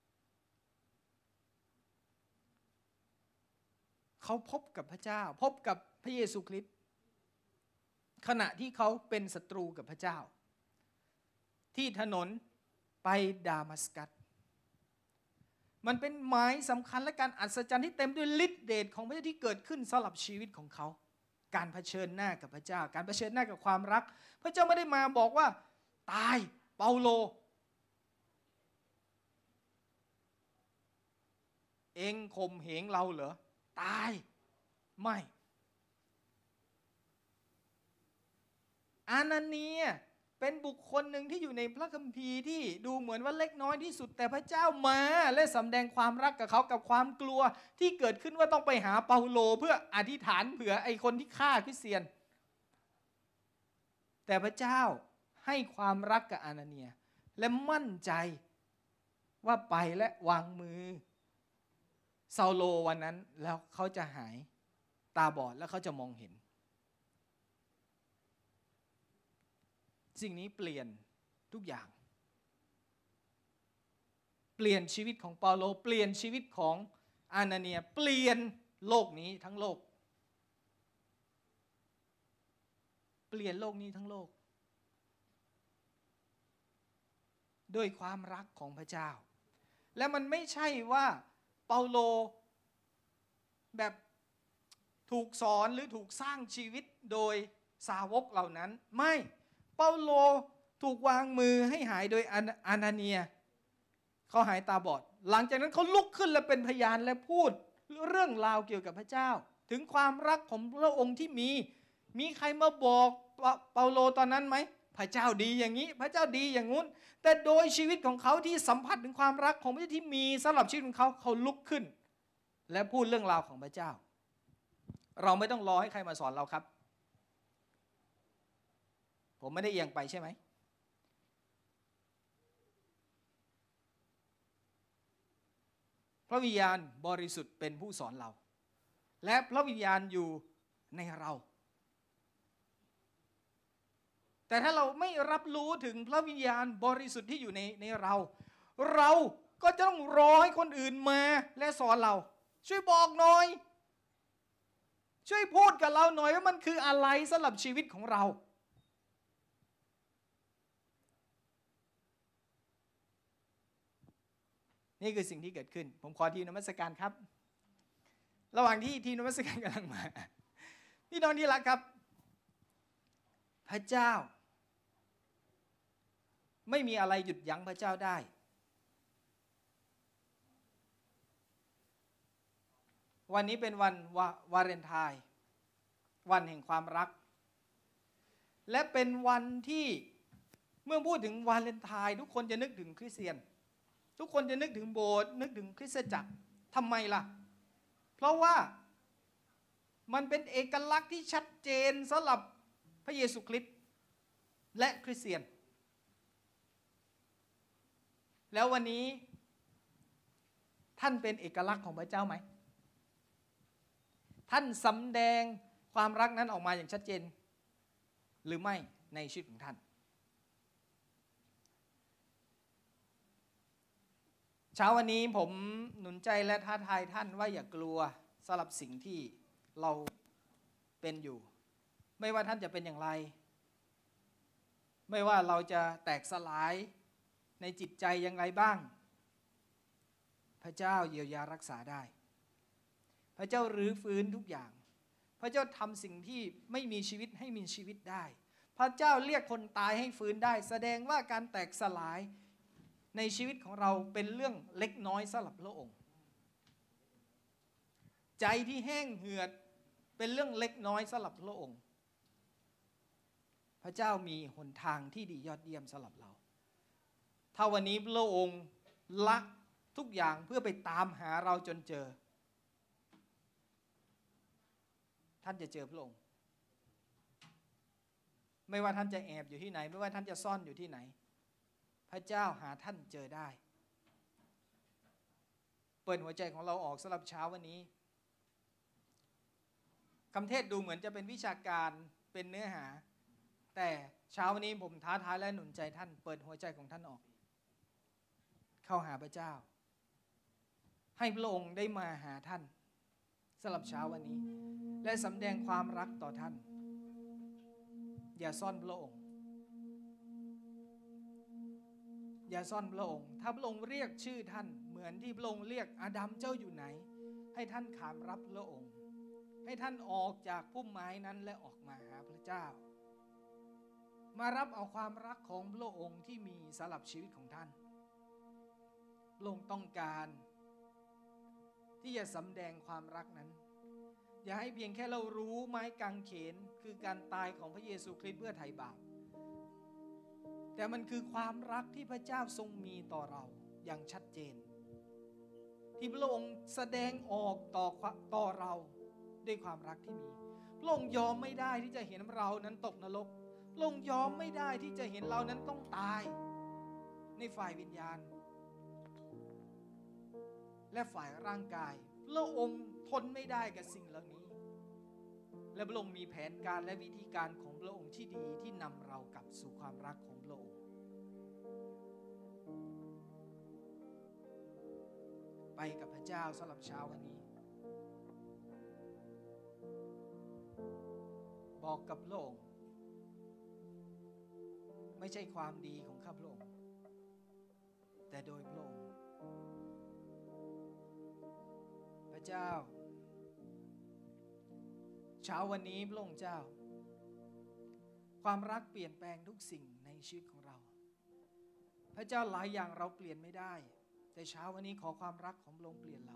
เขาพบกับพระเจ้าพบกับพระเยซูคริสต์ขณะที่เขาเป็นศัตรูกับพระเจ้าที่ถนนไปดามัสกัสมันเป็นหมายสำคัญและการอัศจรรย์ที่เต็มด้วยฤทธิ์เดชของพระเจ้าที่เกิดขึ้นสำหรับชีวิตของเขาการเผชิญหน้ากับพระเจ้าการเผชิญหน้ากับความรักพระเจ้าไม่ได้มาบอกว่าตายเปาโลเอ็งข่มเหงเราเหรอตายไม่อานาเนียเป็นบุคคลหนึ่งที่อยู่ในพระคัมภีร์ที่ดูเหมือนว่าเล็กน้อยที่สุดแต่พระเจ้ามาและสำแดงความรักกับเขากับความกลัวที่เกิดขึ้นว่าต้องไปหาเปาโลเพื่ออธิษฐานเผื่อไอ้คนที่ฆ่าคริสเตียนแต่พระเจ้าให้ความรักกับอานาเนียและมั่นใจว่าไปและวางมือซาโลวันนั้นแล้วเขาจะหายตาบอดแล้วเขาจะมองเห็นสิ่งนี้เปลี่ยนทุกอย่างเปลี่ยนชีวิตของเปาโลเปลี่ยนชีวิตของอานาเนียเปลี่ยนโลกนี้ทั้งโลกเปลี่ยนโลกนี้ทั้งโลกด้วยความรักของพระเจ้าและมันไม่ใช่ว่าเปาโลแบบถูกสอนหรือถูกสร้างชีวิตโดยสาวกเหล่านั้นไม่เปาโลถูกวางมือให้หายโดยอานาเนียเขาหายตาบอดหลังจากนั้นเขาลุกขึ้นและเป็นพยานและพูดเรื่องราวเกี่ยวกับพระเจ้าถึงความรักของพระองค์ที่มีใครมาบอกเปาโลตอนนั้นไหมพระเจ้าดีอย่างนี้พระเจ้าดีอย่างงู้นแต่โดยชีวิตของเขาที่สัมผัสถึงความรักของพระเจ้าที่มีสำหรับชีวิตของเขาลุกขึ้นและพูดเรื่องราวของพระเจ้าเราไม่ต้องรอให้ใครมาสอนเราครับผมไม่ได้เอียงไปใช่ไหมพระวิญญาณบริสุทธิ์เป็นผู้สอนเราและพระวิญญาณอยู่ในเราแต่ถ้าเราไม่รับรู้ถึงพระวิญญาณบริสุทธิ์ที่อยู่ในเราก็จะต้องรอให้คนอื่นมาและสอนเราช่วยบอกหน่อยช่วยพูดกับเราหน่อยว่ามันคืออะไรสำหรับชีวิตของเรานี่คือสิ่งที่เกิดขึ้นผมขอทีมนมัสการครับระหว่างที่ทีมนมัสการกำลังมาพี่น้องที่รักครับพระเจ้าไม่มีอะไรหยุดยั้งพระเจ้าได้วันนี้เป็นวันวาเลนไทน์วันแห่งความรักและเป็นวันที่เมื่อพูดถึงวาเลนไทน์ทุกคนจะนึกถึงคริสเตียนทุกคนจะนึกถึงโบสถ์นึกถึงคริสตจักรทำไมล่ะเพราะว่ามันเป็นเอกลักษณ์ที่ชัดเจนสำหรับพระเยซูคริสต์และคริสเตียนแล้ววันนี้ท่านเป็นเอกลักษณ์ของพระเจ้าไหมท่านสำแดงความรักนั้นออกมาอย่างชัดเจนหรือไม่ในชีวิตของท่านเช้าวันนี้ผมหนุนใจและท้าทายท่านว่าอย่ากลัวสำหรับสิ่งที่เราเป็นอยู่ไม่ว่าท่านจะเป็นอย่างไรไม่ว่าเราจะแตกสลายในจิตใจอย่างไรบ้างพระเจ้าเยียวยารักษาได้พระเจ้ารื้อฟื้นทุกอย่างพระเจ้าทำสิ่งที่ไม่มีชีวิตให้มีชีวิตได้พระเจ้าเรียกคนตายให้ฟื้นได้แสดงว่าการแตกสลายในชีวิตของเราเป็นเรื่องเล็กน้อยสำหรับพระองค์ใจที่แห้งเหือดเป็นเรื่องเล็กน้อยสำหรับพระองค์พระเจ้ามีหนทางที่ดียอดเยี่ยมสำหรับเราถ้าวันนี้พระองค์ละทุกอย่างเพื่อไปตามหาเราจนเจอท่านจะเจอพระองค์ไม่ว่าท่านจะแอบอยู่ที่ไหนไม่ว่าท่านจะซ่อนอยู่ที่ไหนพระเจ้าหาท่านเจอได้เปิดหัวใจของเราออกสำหรับเช้าวันนี้คำเทศดูเหมือนจะเป็นวิชาการเป็นเนื้อหาแต่เช้าวันนี้ผมท้าทายและหนุนใจท่านเปิดหัวใจของท่านออกเข้าหาพระเจ้าให้พระองค์ได้มาหาท่านสำหรับเช้าวันนี้และสำแดงความรักต่อท่านอย่าซ่อนพระองค์อย่าซ่อนพระองค์ถ้าพระองค์เรียกชื่อท่านเหมือนที่พระองค์เรียกอาดัมเจ้าอยู่ไหนให้ท่านขานรับพระองค์ให้ท่านออกจากพุ่มไม้นั้นและออกมาหาพระเจ้ามารับเอาความรักของพระองค์ที่มีสำหรับชีวิตของท่านพระองค์ต้องการที่จะสำแดงความรักนั้นอย่าให้เพียงแค่เรารู้ไม้กางเขนคือการตายของพระเยซูคริสต์เพื่อไถ่บาปแต่มันคือความรักที่พระเจ้าทรงมีต่อเราอย่างชัดเจนที่พระองค์แสดงออกต่อเราด้วยความรักที่มีพระองค์ยอมไม่ได้ที่จะเห็นเรานั้นตกนรกพระองค์ยอมไม่ได้ที่จะเห็นเรานั้นต้องตายในฝ่ายวิญญาณและฝ่ายร่างกายพระองค์ทนไม่ได้กับสิ่งเหล่านี้และพระองค์มีแผนการและวิธีการของพระองค์ที่ดีที่นำเรากลับสู่ความรักของพระองค์ไปกับพระเจ้าสำหรับเช้าวันนี้บอกกับพระองค์ไม่ใช่ความดีของข้าพระองค์แต่โดยพระองค์เจ้าเช้าวันนี้พระองค์เจ้าความรักเปลี่ยนแปลงทุกสิ่งในชีวิตของเราพระเจ้าหลายอย่างเราเปลี่ยนไม่ได้แต่เช้าวันนี้ขอความรักของพระองค์เปลี่ยนเรา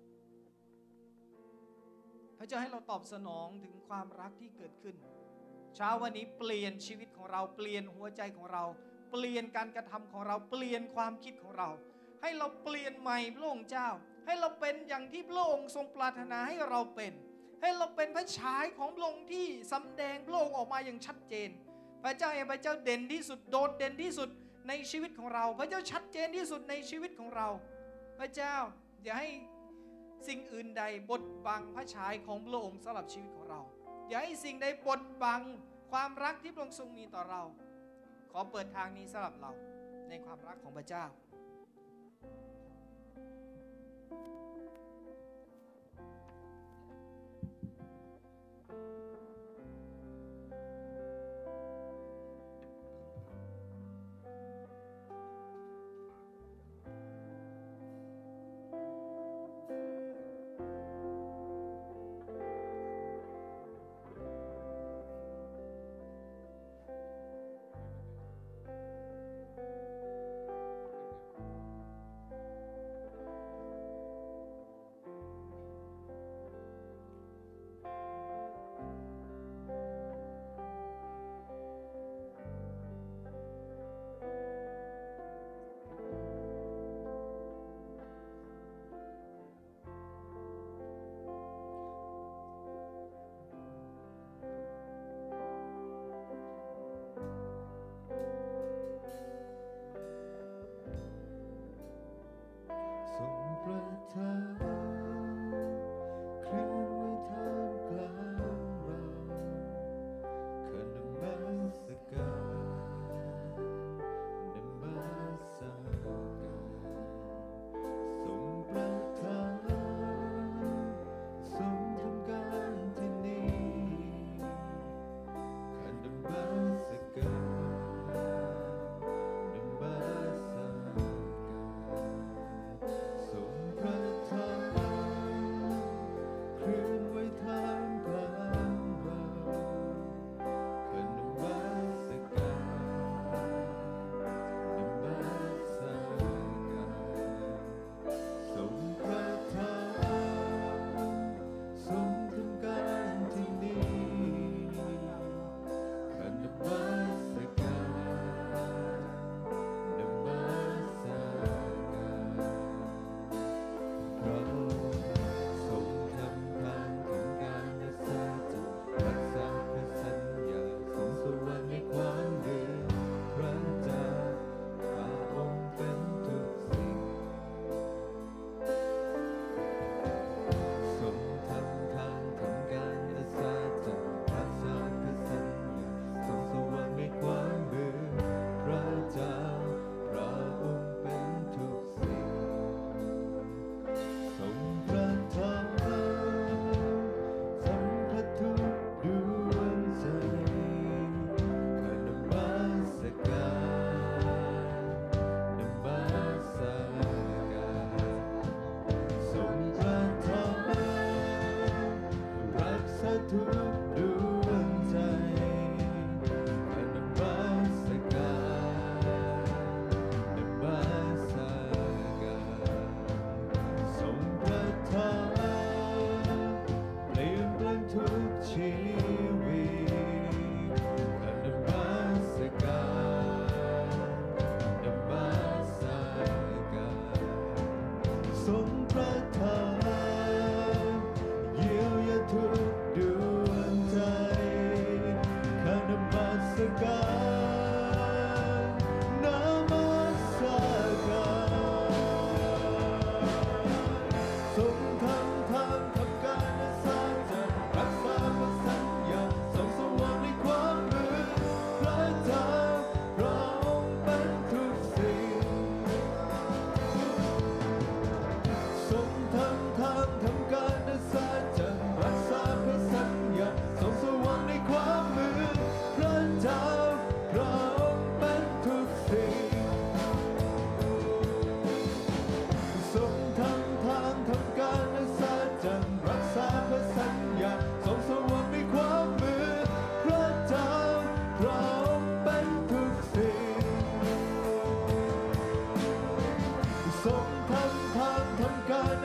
พระเจ้าให้เราตอบสนองถึงความรักที่เกิดขึ้นเช้าวันนี้เปลี่ยนชีวิตของเราเปลี่ยนหัวใจของเราเปลี่ยนการกระทำของเราเปลี่ยนความคิดของเราให้เราเปลี่ยนใหม่พระองค์เจ้าให้เราเป็นอย่างที่พระองค์ทรงปรารถนาให้เราเป็นให้เราเป็นพระฉายของพระองค์ที่สำแดงพระองค์ออกมาอย่างชัดเจนพระเจ้าเองพระเจ้าเด่นที่สุดโดดเด่นที่สุดในชีวิตของเราพระเจ้าชัดเจนที่สุดในชีวิตของเราพระเจ้าอย่าให้สิ่งอื่นใดบดบังพระฉายของพระองค์สำหรับชีวิตของเราอย่าให้สิ่งใดบดบังความรักที่พระองค์ทรงมีต่อเราขอเปิดทางนี้สำหรับเราในความรักของพระเจ้า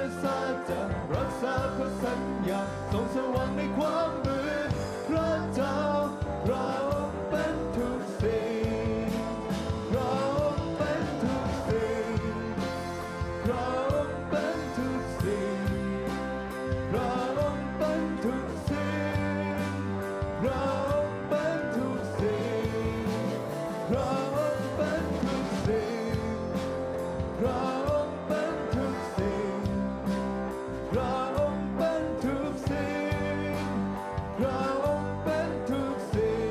ษาจะรักษาพระสัญญาส่องสว่างในความมืดพระเจ้าเราเป็นทุกสิ่งเราเป็นทุกสิ่งเราเป็นทุกสิ่งเราเป็นทุกสิ่งเราเป็นทุกสิ่งเราเป็นทุกสิ่งเราเป็นทุกสิ่งเราเป็นทุกสิ่งเราเป็นทุกสิ่ง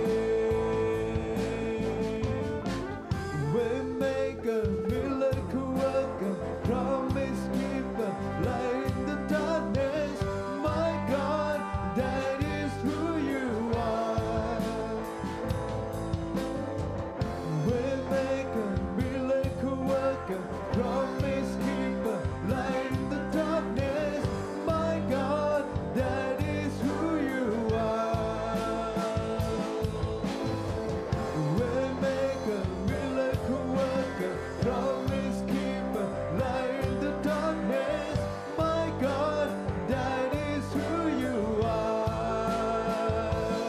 Waymaker, miracle worker, promise keeper, light in the darkness. My God, that is who you are. Waymaker, miracle worker, promise keeper, light in the darkness. My God, that is who you are. Waymaker, miracle worker, promise keeper, light in the darkness. My God, that is who you are.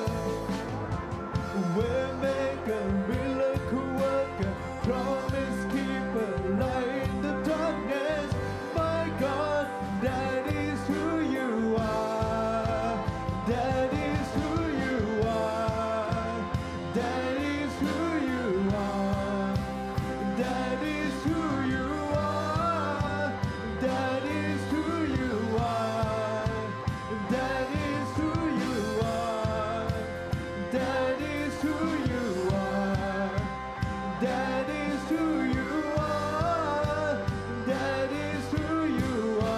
Waymaker, miracle worker, promise keeper, light in the darkness. My God, that is who you are. That is who you are. That is who you are. That is who you are. That is who you are. That is who you are. That is who you are. That is who you are. That is who you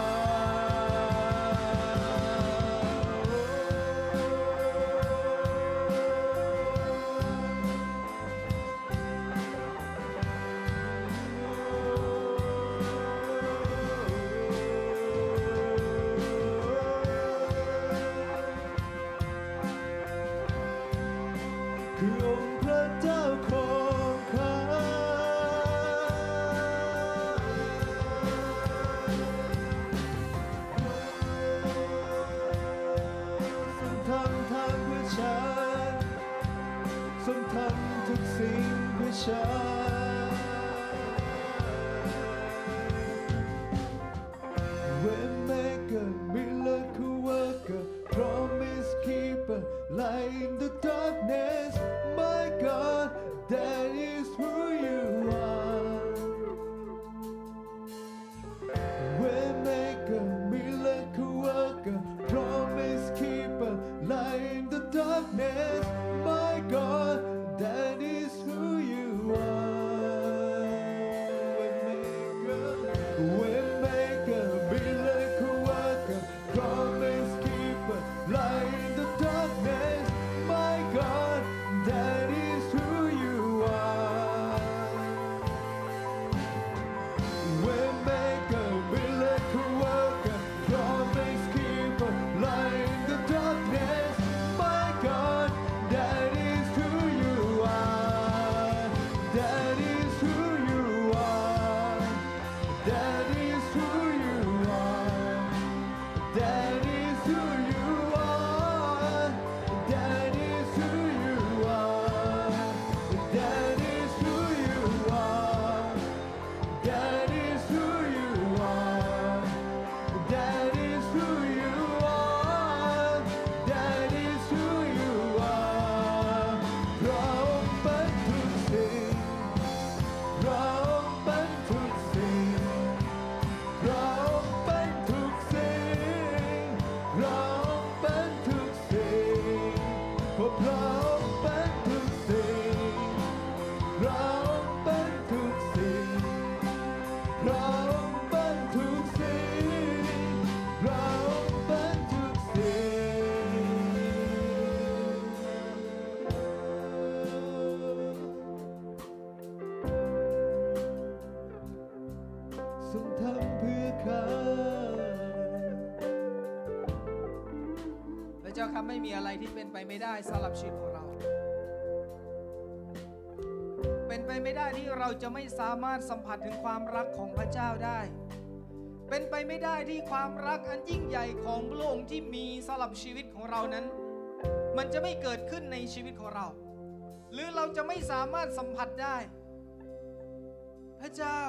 are. คือองค์พระเจ้าของข้าทรงทำทางเพื่อฉันทรงทำทุกสิ่งเพื่อฉัน Waymaker, miracle worker, promise keeper, light in the darkness. My God, that is who you are. Waymaker, miracle worker, promise keeper, light in the darkness. My God, that is who you are. Waymaker, miracle worker, promise keeper, light in the darkness. My God, that is who you are. Waymaker, miracle worker, promise keeper, light in the darkness. My God, that is who you are. That is who you are. That is who you are. That is who you are. That is who you are. That is who you are. That is who you are. That is who you are. That is who you are. เราเป็นทุกสิ่งเราเป็นทุกสิ่งเราเป็นทุกสิ่งเราเป็นทุกสิ่งพวกเราเป็นทุกสิ่งเราเป็นทุกสิ่งเราเป็นทุกสิ่งเราเป็นทุกสิ่งทรงทำเพื่อข้าพระเจ้าครับไม่มีอะไรที่เป็นไปไม่ได้สำหรับชีวิตของเรา เป็นไปไม่ได้ที่เราจะไม่สามารถสัมผัสถึงความรักของพระเจ้าได้เป็นไปไม่ได้ที่ความรักอันยิ่งใหญ่ของพระองค์ที่มีสำหรับชีวิตของเรานั้นมันจะไม่เกิดขึ้นในชีวิตของเราหรือเราจะไม่สามารถสัมผัสได้พระเจ้า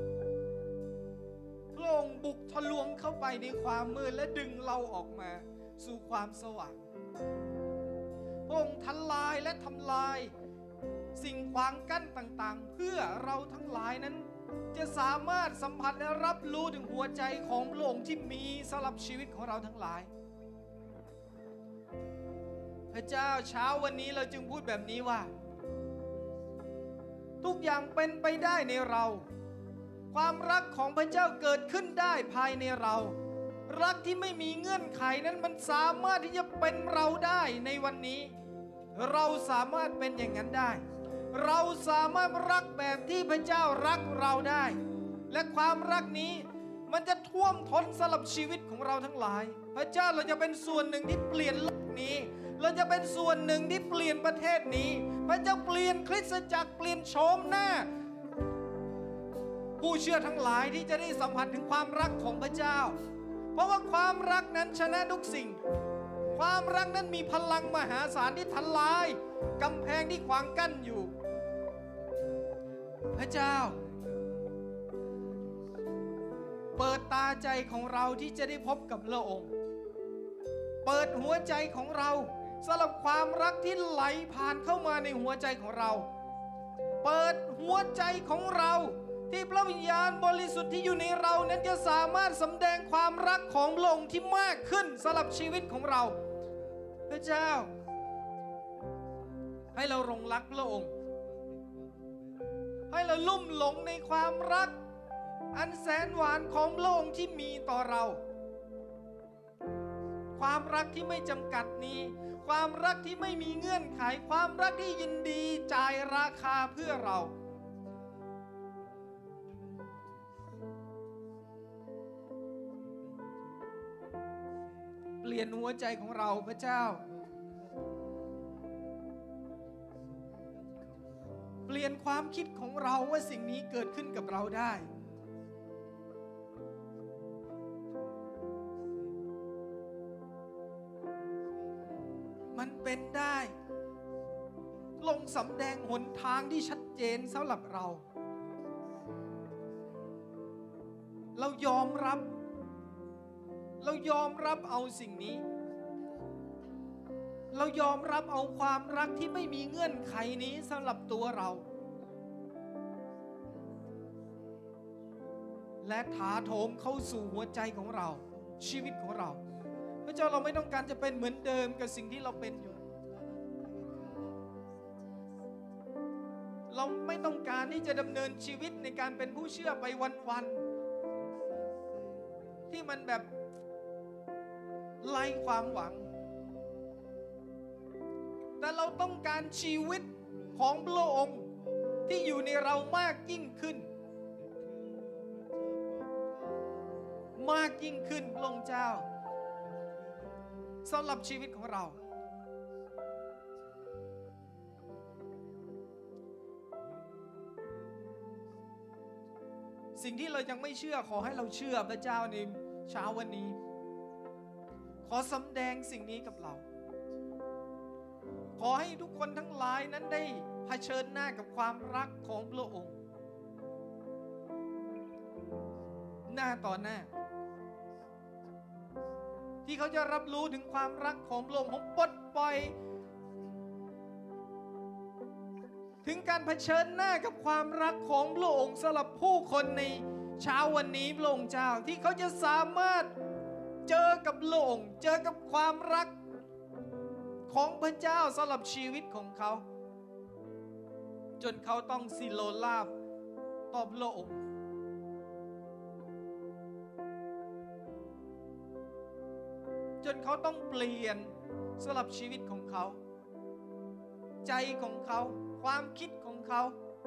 พระองค์บุกทะลวงเข้าไปในความมืดและดึงเราออกมาสู่ความสว่างพระองค์ทลายและทำลายสิ่งขวางกั้นต่างๆเพื่อเราทั้งหลายนั้นจะสามารถสัมผัสและรับรู้ถึงหัวใจของพระองค์ที่มีสำหรับชีวิตของเราทั้งหลายพระเจ้าเช้าวันนี้เราจึงพูดแบบนี้ว่าทุกอย่างเป็นไปได้ในเราความรักของพระเจ้าเกิดขึ้นได้ภายในเรารักที่ไม่มีเงื่อนไขนั้นมันสามารถที่จะเป็นเราได้ในวันนี้เราสามารถเป็นอย่างนั้นได้เราสามารถรักแบบที่พระเจ้ารักเราได้และความรักนี้มันจะท่วมท้นสำหรับชีวิตของเราทั้งหลายพระเจ้าเราจะเป็นส่วนหนึ่งที่เปลี่ยนโลกนี้เราจะเป็นส่วนหนึ่งที่เปลี่ยนประเทศนี้พระเจ้าเปลี่ยนคริสตจักรเปลี่ยนโฉมหน้าผู้เชื่อทั้งหลายที่จะได้สัมผัสถึงความรักของพระเจ้าเพราะว่าความรักนั้นชนะทุกสิ่งความรักนั้นมีพลังมหาศาลที่ทลายกำแพงที่ขวางกั้นอยู่พระเจ้าเปิดตาใจของเราที่จะได้พบกับพระองค์เปิดหัวใจของเราสำหรับความรักที่ไหลผ่านเข้ามาในหัวใจของเราเปิดหัวใจของเราที่พระวิญญาณบริสุทธิ์ที่อยู่ในเรานั้นจะสามารถสำแดงความรักของพระองค์ที่มากขึ้นสำหรับชีวิตของเราพระเจ้าให้เราหลงรักพระองค์ให้เราลุ่มหลงในความรักอันแสนหวานของพระองค์ที่มีต่อเราความรักที่ไม่จำกัดนี้ความรักที่ไม่มีเงื่อนไขความรักที่ยินดีจ่ายราคาเพื่อเราเปลี่ยนหัวใจของเราพระเจ้าเปลี่ยนความคิดของเราว่าสิ่งนี้เกิดขึ้นกับเราได้มันเป็นได้ลงสำแดงหนทางที่ชัดเจนสำหรับเรายอมรับเอาสิ่งนี้เรายอมรับเอาความรักที่ไม่มีเงื่อนไขนี้สำหรับตัวเราและถาโถมเข้าสู่หัวใจของเราชีวิตของเราพระเจ้าเราไม่ต้องการจะเป็นเหมือนเดิมกับสิ่งที่เราเป็นอยู่เราไม่ต้องการที่จะดำเนินชีวิตในการเป็นผู้เชื่อไปวันๆที่มันแบบไร้ความหวังแต่เราต้องการชีวิตของพระองค์ที่อยู่ในเรามากยิ่งขึ้นพระองค์เจ้าสำหรับชีวิตของเราสิ่งที่เรายังไม่เชื่อขอให้เราเชื่อพระเจ้าในเช้าวันนี้ขอสำแดงสิ่งนี้กับเราขอให้ทุกคนทั้งหลายนั้นได้เผชิญหน้ากับความรักของพระองค์หน้าต่อหน้าที่เขาจะรับรู้ถึงความรักของพระองค์ผมปลดปล่อยถึงการเผชิญหน้ากับความรักของพระองค์สำหรับผู้คนในเช้าวันนี้พระองค์เจ้าที่เขาจะสามารถเจอกับพระองค์เจอกับความรักของพระเจ้าสำหรับชีวิตของเขาจนเขาต้องสิโลลาภต่อพระองค์จนเขาต้องเปลี่ยนสำหรับชีวิตของเขาใจของเขาความคิดของเขา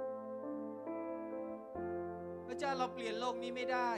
พระเจ้าเราเปลี่ยนโลกนี้ไม่ได้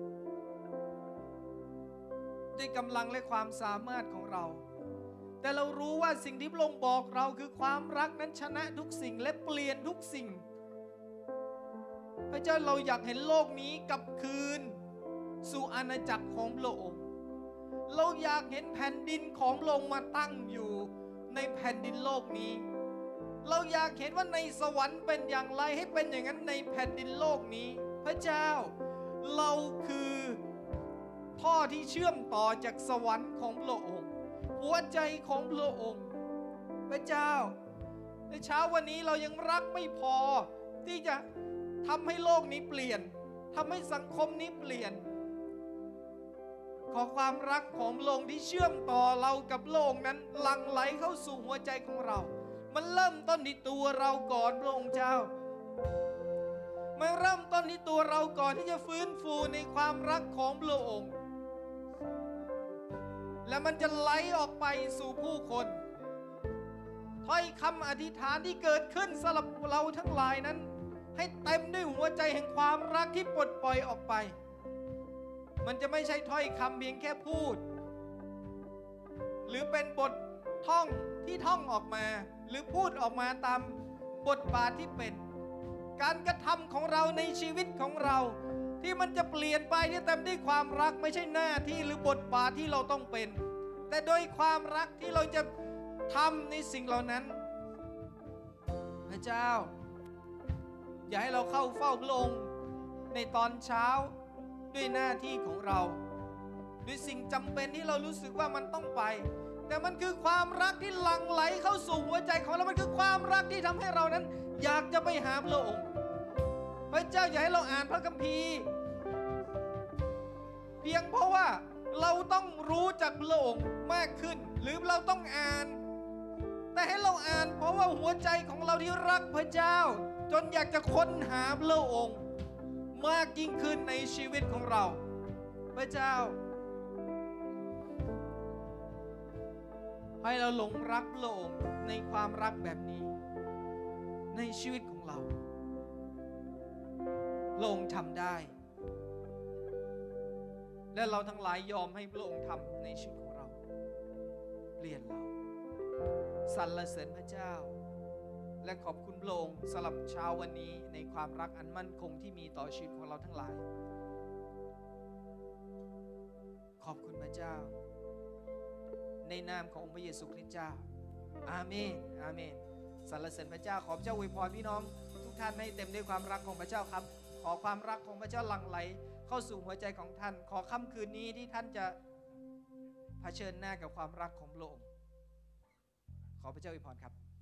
ด้วยกำลังและความสามารถของเราแต่เรารู้ว่าสิ่งที่พระองค์บอกเราคือความรักนั้นชนะทุกสิ่งและเปลี่ยนทุกสิ่งพระเจ้าเราอยากเห็นโลกนี้กลับคืนสู่อาณาจักรของพระองค์เราอยากเห็นแผ่นดินของพระองค์มาตั้งอยู่ในแผ่นดินโลกนี้เราอยากเห็นว่าในสวรรค์เป็นอย่างไรให้เป็นอย่างนั้นในแผ่นดินโลกนี้พระเจ้าเราคือท่อที่เชื่อมต่อจากสวรรค์ของพระองค์หัวใจของพระองค์พระเจ้าในเช้าวันนี้เรายังรักไม่พอที่จะทำให้โลกนี้เปลี่ยนทำให้สังคมนี้เปลี่ยนขอความรักของพระองค์ที่เชื่อมต่อเรากับโลกนั้นหลั่งไหลเข้าสู่หัวใจของเรามันเริ่มต้นที่ตัวเราก่อนพระองค์เจ้ามันเริ่มต้นที่ตัวเราก่อนที่จะฟื้นฟูในความรักของพระองค์และมันจะไหลออกไปสู่ผู้คนถ้อยคำอธิษฐานที่เกิดขึ้นสำหรับเราทั้งหลายนั้นให้เต็มด้วยหัวใจแห่งความรักที่ปลดปล่อยออกไปมันจะไม่ใช่ถ้อยคำเพียงแค่พูดหรือเป็นบทท่องที่ท่องออกมาหรือพูดออกมาตามบทบาทที่เป็นการกระทำของเราในชีวิตของเราที่มันจะเปลี่ยนไปที่เต็มด้วยความรักไม่ใช่หน้าที่หรือบทบาทที่เราต้องเป็นแต่โดยความรักที่เราจะทำในสิ่งเหล่านั้นพระเจ้าอย่าให้เราเข้าเฝ้าพระองค์ในตอนเช้าด้วยหน้าที่ของเราด้วยสิ่งจำเป็นที่เรารู้สึกว่ามันต้องไปแต่มันคือความรักที่หลั่งไหลเข้าสู่หัวใจของเรามันคือความรักที่ทำให้เรานั้นอยากจะไปหาพระองค์พระเจ้าอย่าให้เราอ่านพระคัมภีร์เพียงเพราะว่าเราต้องรู้จักพระองค์มากขึ้นหรือเราต้องอ่านแต่ให้เราอ่านเพราะว่าหัวใจของเราที่รักพระเจ้าจนอยากจะค้นหาพระองค์มากยิ่งขึ้นในชีวิตของเราพระเจ้าให้เราหลงรักพระองค์ในความรักแบบนี้ในชีวิตของเราพระองค์ทำได้และเราทั้งหลายยอมให้พระองค์ทำในชีวิตของเราเปลี่ยนเราสรรเสริญพระเจ้าและขอบคุณพระองค์สำหรับเช้าวันนี้ในความรักอันมั่นคงที่มีต่อชีวิตของเราทั้งหลายขอบคุณพระเจ้าในนามขององค์พระเยซูคริสต์เจ้าอาเมนอาเมนสรรเสริญพระเจ้าขอพระเจ้าอวยพรพี่น้องทุกท่านให้เต็มด้วยความรักของพระเจ้าครับขอความรักของพระเจ้าหลั่งไหลเข้าสู่หัวใจของท่านขอค่ำคืนนี้ที่ท่านจะเผชิญหน้ากับความรักของพระองค์ขอพระเจ้าอวยพรครับ